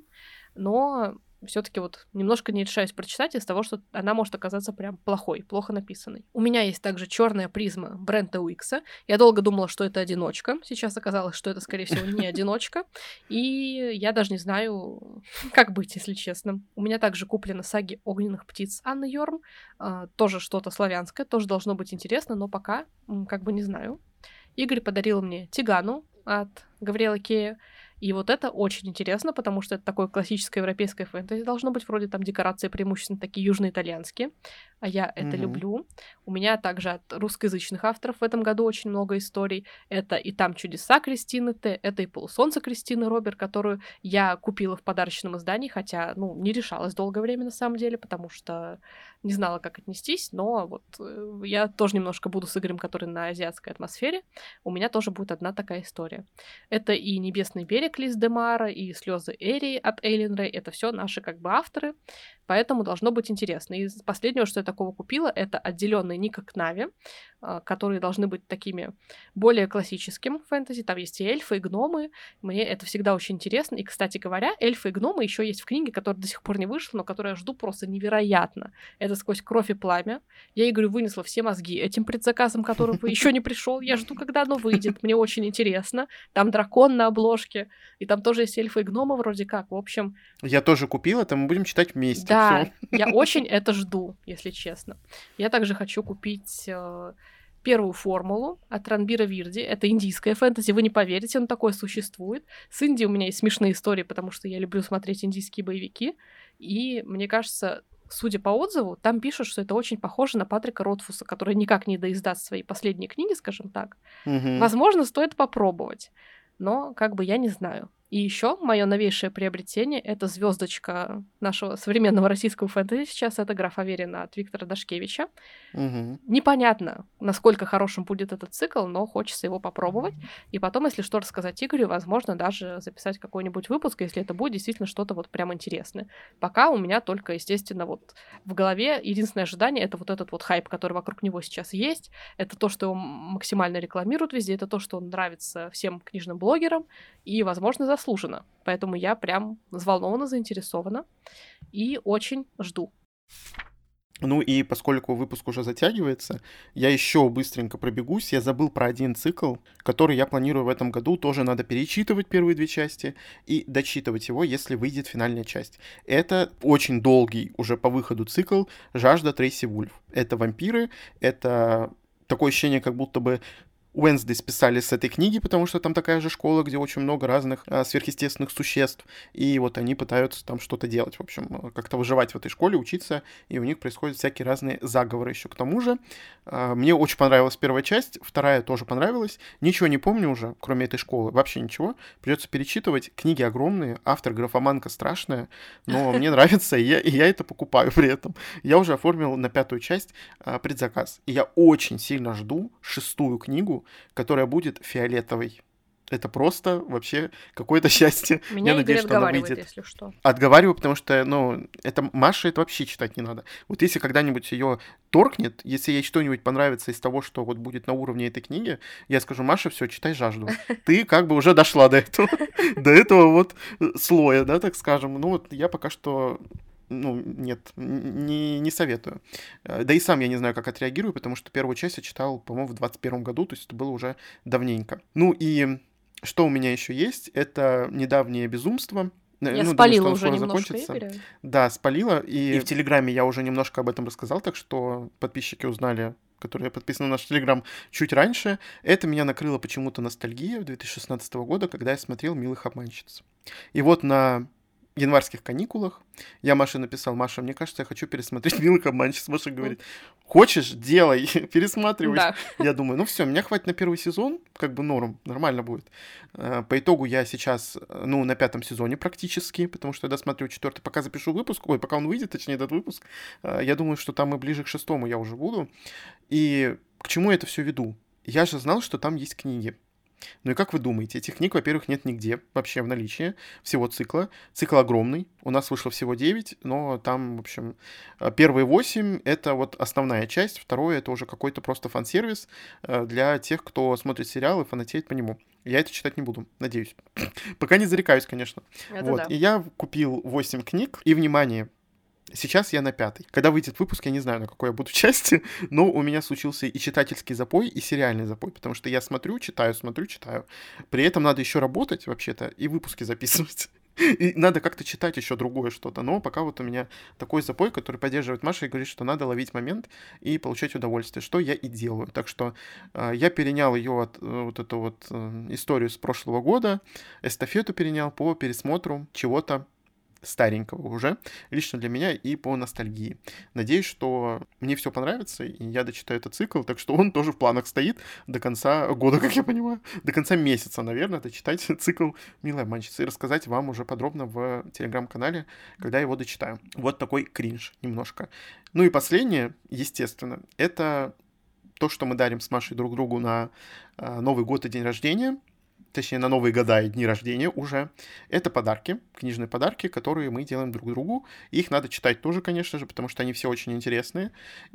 Но все-таки вот немножко не решаюсь прочитать из-за того, что она может оказаться прям плохой, плохо написанной. У меня есть также «Черная призма» Брента Уикса. Я долго думала, что это одиночка. Сейчас оказалось, что это, скорее всего, не одиночка. И я даже не знаю, как быть, если честно. У меня также куплено «Саги огненных птиц» Анны Йорм. А, тоже что-то славянское, тоже должно быть интересно, но пока м, как бы не знаю. Игорь подарил мне «Тигану» от Гавриэла Кея. И вот это очень интересно, потому что это такое классическое европейское фэнтези должно быть, вроде там декорации преимущественно такие южноитальянские, а я это Мгм. люблю. У меня также от русскоязычных авторов в этом году очень много историй. Это и «Там чудеса» Кристины Т, это и «Полусолнце» Кристины Робер, которую я купила в подарочном издании, хотя, ну, не решалась долгое время на самом деле, потому что не знала, как отнестись, но вот э, я тоже немножко буду с Игорем, который на азиатской атмосфере. У меня тоже будет одна такая история. Это и «Небесный берег» Лиз Демара, и «Слезы Эри» от Эйлин Рэй. Это все наши как бы авторы, поэтому должно быть интересно. И последнего, что я такого купила, это отделенные Ника Кнави, которые должны быть такими более классическим фэнтези. Там есть и эльфы, и гномы. Мне это всегда очень интересно. И, кстати говоря, эльфы и гномы еще есть в книге, которая до сих пор не вышла, но которую я жду просто невероятно. Это «Сквозь кровь и пламя». Я Игорю вынесла все мозги этим предзаказом, который еще не пришел. Я жду, когда оно выйдет. Мне очень интересно. Там дракон на обложке, и там тоже есть эльфы и гномы вроде как. В общем... Я тоже купила, это мы будем читать вместе. Да, Всё. я очень это жду, если честно. Я также хочу купить... э, первую формулу от Ранбира Вирди. Это индийское фэнтези, вы не поверите, но такое существует. С Индией у меня есть смешные истории, потому что я люблю смотреть индийские боевики, и мне кажется, судя по отзыву, там пишут, что это очень похоже на Патрика Ротфуса, который никак не доиздаст свои последние книги, скажем так. Мгм. Возможно, стоит попробовать, но как бы я не знаю. И еще мое новейшее приобретение — это звездочка нашего современного российского фэнтези сейчас, это «Граф Аверина» от Виктора Дашкевича. Мгм. Непонятно, насколько хорошим будет этот цикл, но хочется его попробовать. И потом, если что, рассказать Игорю, возможно, даже записать какой-нибудь выпуск, если это будет действительно что-то вот прям интересное. Пока у меня только, естественно, вот в голове единственное ожидание — это вот этот вот хайп, который вокруг него сейчас есть. Это то, что его максимально рекламируют везде, это то, что он нравится всем книжным блогерам, и, возможно, заслуженно. Поэтому я прям взволнована, заинтересована и очень жду. Ну и поскольку выпуск уже затягивается, я еще быстренько пробегусь. Я забыл про один цикл, который я планирую в этом году. Тоже надо перечитывать первые две части и дочитывать его, если выйдет финальная часть. Это очень долгий уже по выходу цикл «Жажда» Трейси Вульф. Это вампиры, это такое ощущение, как будто бы Уэнсдей списали с этой книги, потому что там такая же школа, где очень много разных а, сверхъестественных существ, и вот они пытаются там что-то делать, в общем, как-то выживать в этой школе, учиться, и у них происходят всякие разные заговоры еще. К тому же, а, мне очень понравилась первая часть, вторая тоже понравилась, ничего не помню уже, кроме этой школы, вообще ничего, придется перечитывать, книги огромные, автор графоманка страшная, но мне нравится, и я, и я это покупаю при этом. Я уже оформил на пятую часть а, предзаказ, и я очень сильно жду шестую книгу, которая будет фиолетовой. Это просто вообще какое-то счастье. Меня Я Игорь надеюсь, что она отговаривает, выйдет. если что. Отговариваю, потому что, ну, это Маша, это вообще читать не надо. Вот если когда-нибудь ее торкнет, если ей что-нибудь понравится из того, что вот будет на уровне этой книги, я скажу: Маша, все, читай «Жажду». Ты как бы уже дошла до этого, до этого вот слоя, да, так скажем. Ну вот я пока что... Ну, нет, не, не советую. Да и сам я не знаю, как отреагирую, потому что первую часть я читал, по-моему, в двадцать первом году, то есть это было уже давненько. Ну и что у меня еще есть, это «Недавнее безумство». Я ну, спалила думаю, уже немножко закончится. Игоря. Да, спалила. И в Телеграме я уже немножко об этом рассказал, так что подписчики узнали, которые подписаны на наш Телеграм, чуть раньше. Это меня накрыло почему-то ностальгия две тысячи шестнадцатого года, когда я смотрел «Милых обманщиц». И вот на январских каникулах я Маше написал: Маша, мне кажется, я хочу пересмотреть «Милых обманщиц». Маша говорит: хочешь, делай, пересматривай. Да. Я думаю, ну все, меня хватит на первый сезон, как бы норм, нормально будет. По итогу я сейчас, ну, на пятом сезоне практически, потому что я досмотрю четвертый, пока запишу выпуск, ой, пока он выйдет, точнее, этот выпуск, я думаю, что там и ближе к шестому я уже буду. И к чему я это все веду? Я же знал, что там есть книги. Ну и как вы думаете, этих книг, во-первых, нет нигде вообще в наличии, всего цикла. Цикл огромный, у нас вышло всего девять, но там, в общем, первые восемь — это вот основная часть, второе — это уже какой-то просто фан-сервис для тех, кто смотрит сериал и фанатеет по нему. Я это читать не буду, надеюсь. Пока не зарекаюсь, конечно. Это вот. да. И я купил восемь книг, и, внимание, сейчас я на пятой. Когда выйдет выпуск, я не знаю, на какой я буду части, но у меня случился и читательский запой, и сериальный запой, потому что я смотрю, читаю, смотрю, читаю. При этом надо еще работать, вообще-то, и выпуски записывать. И надо как-то читать еще другое что-то. Но пока вот у меня такой запой, который поддерживает Маша и говорит, что надо ловить момент и получать удовольствие, что я и делаю. Так что э, я перенял ее от э, вот эту вот э, историю с прошлого года, эстафету перенял по пересмотру чего-то старенького уже, лично для меня и по ностальгии. Надеюсь, что мне все понравится, и я дочитаю этот цикл, так что он тоже в планах стоит до конца года, как я понимаю, до конца месяца, наверное, дочитать цикл «Милая обманщица» и рассказать вам уже подробно в телеграм-канале, когда его дочитаю. Вот такой кринж немножко. Ну и последнее, естественно, это то, что мы дарим с Машей друг другу на Новый год и день рождения, точнее, на Новые года и дни рождения уже, это подарки, книжные подарки, которые мы делаем друг другу. Их надо читать тоже, конечно же, потому что они все очень интересные.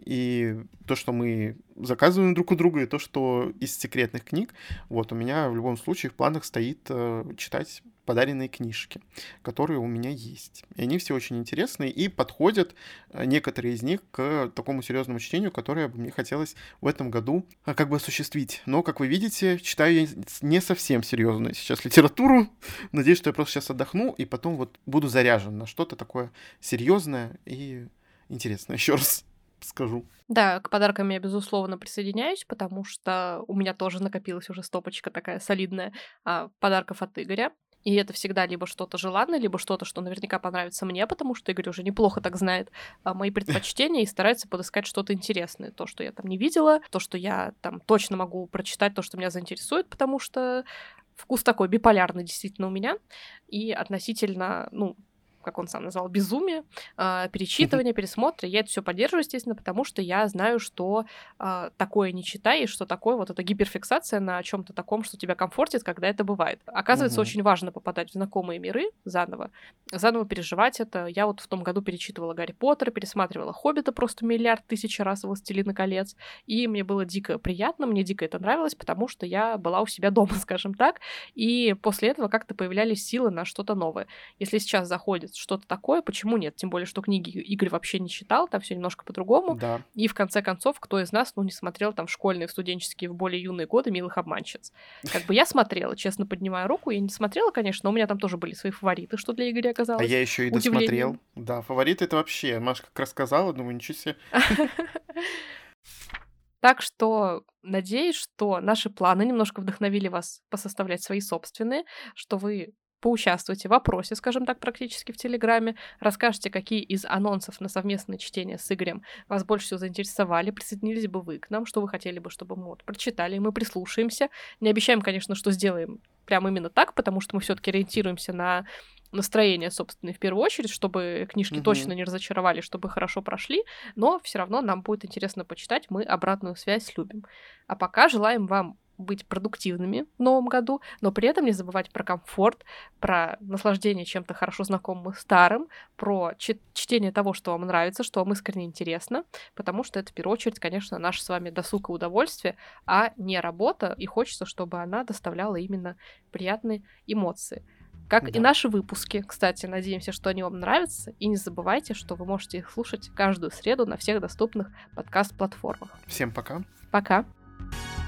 И то, что мы заказываем друг у друга, и то, что из секретных книг, вот, у меня в любом случае в планах стоит э, читать подаренные книжки, которые у меня есть. И они все очень интересные и подходят, некоторые из них, к такому серьезному чтению, которое бы мне хотелось в этом году как бы осуществить. Но, как вы видите, читаю я не совсем серьезную сейчас литературу. Надеюсь, что я просто сейчас отдохну и потом вот буду заряжен на что-то такое серьезное и интересное. Еще раз скажу. Да, к подаркам я, безусловно, присоединяюсь, потому что у меня тоже накопилась уже стопочка такая солидная а, подарков от Игоря. И это всегда либо что-то желанное, либо что-то, что наверняка понравится мне, потому что Игорь уже неплохо так знает а, мои предпочтения и старается подыскать что-то интересное. То, что я там не видела, то, что я там точно могу прочитать, то, что меня заинтересует, потому что вкус такой биполярный действительно у меня. И относительно, ну, как он сам назвал, безумие, э, перечитывание, пересмотры. Я это все поддерживаю, естественно, потому что я знаю, что э, такое не читай, и что такое вот эта гиперфиксация на чем-то таком, что тебя комфортит, когда это бывает. Оказывается, Мгм. очень важно попадать в знакомые миры заново, заново переживать это. Я вот в том году перечитывала Гарри Поттера, пересматривала Хоббита просто миллиард тысяч раз, Властелина колец, и мне было дико приятно, мне дико это нравилось, потому что я была у себя дома, скажем так, и после этого как-то появлялись силы на что-то новое. Если сейчас заходит что-то такое, почему нет? Тем более, что книги Игорь вообще не читал, там все немножко по-другому. Да. И в конце концов, кто из нас, ну, не смотрел там в школьные, в студенческие, в более юные годы «Милых обманщиц». Как бы я смотрела, честно поднимая руку, я не смотрела, конечно, но у меня там тоже были свои фавориты, что для Игоря А оказалось я еще и удивлением. досмотрел. Да, фаворит это вообще. Маша как рассказала, думаю, ничего себе. Так что надеюсь, что наши планы немножко вдохновили вас посоставлять свои собственные, что вы поучаствуйте в опросе, скажем так, практически в Телеграме, расскажете, какие из анонсов на совместное чтение с Игорем вас больше всего заинтересовали, присоединились бы вы к нам, что вы хотели бы, чтобы мы вот прочитали, и мы прислушаемся. Не обещаем, конечно, что сделаем прямо именно так, потому что мы все-таки ориентируемся на настроение, собственно, в первую очередь, чтобы книжки Мгм. точно не разочаровали, чтобы хорошо прошли, но все равно нам будет интересно почитать, мы обратную связь любим. А пока желаем вам быть продуктивными в новом году, но при этом не забывать про комфорт, про наслаждение чем-то хорошо знакомым и старым, про чит- чтение того, что вам нравится, что вам искренне интересно, потому что это, в первую очередь, конечно, наш с вами досуг и удовольствие, а не работа, и хочется, чтобы она доставляла именно приятные эмоции. Как и Да. наши выпуски, кстати, надеемся, что они вам нравятся, и не забывайте, что вы можете их слушать каждую среду на всех доступных подкаст-платформах. Всем пока. Пока!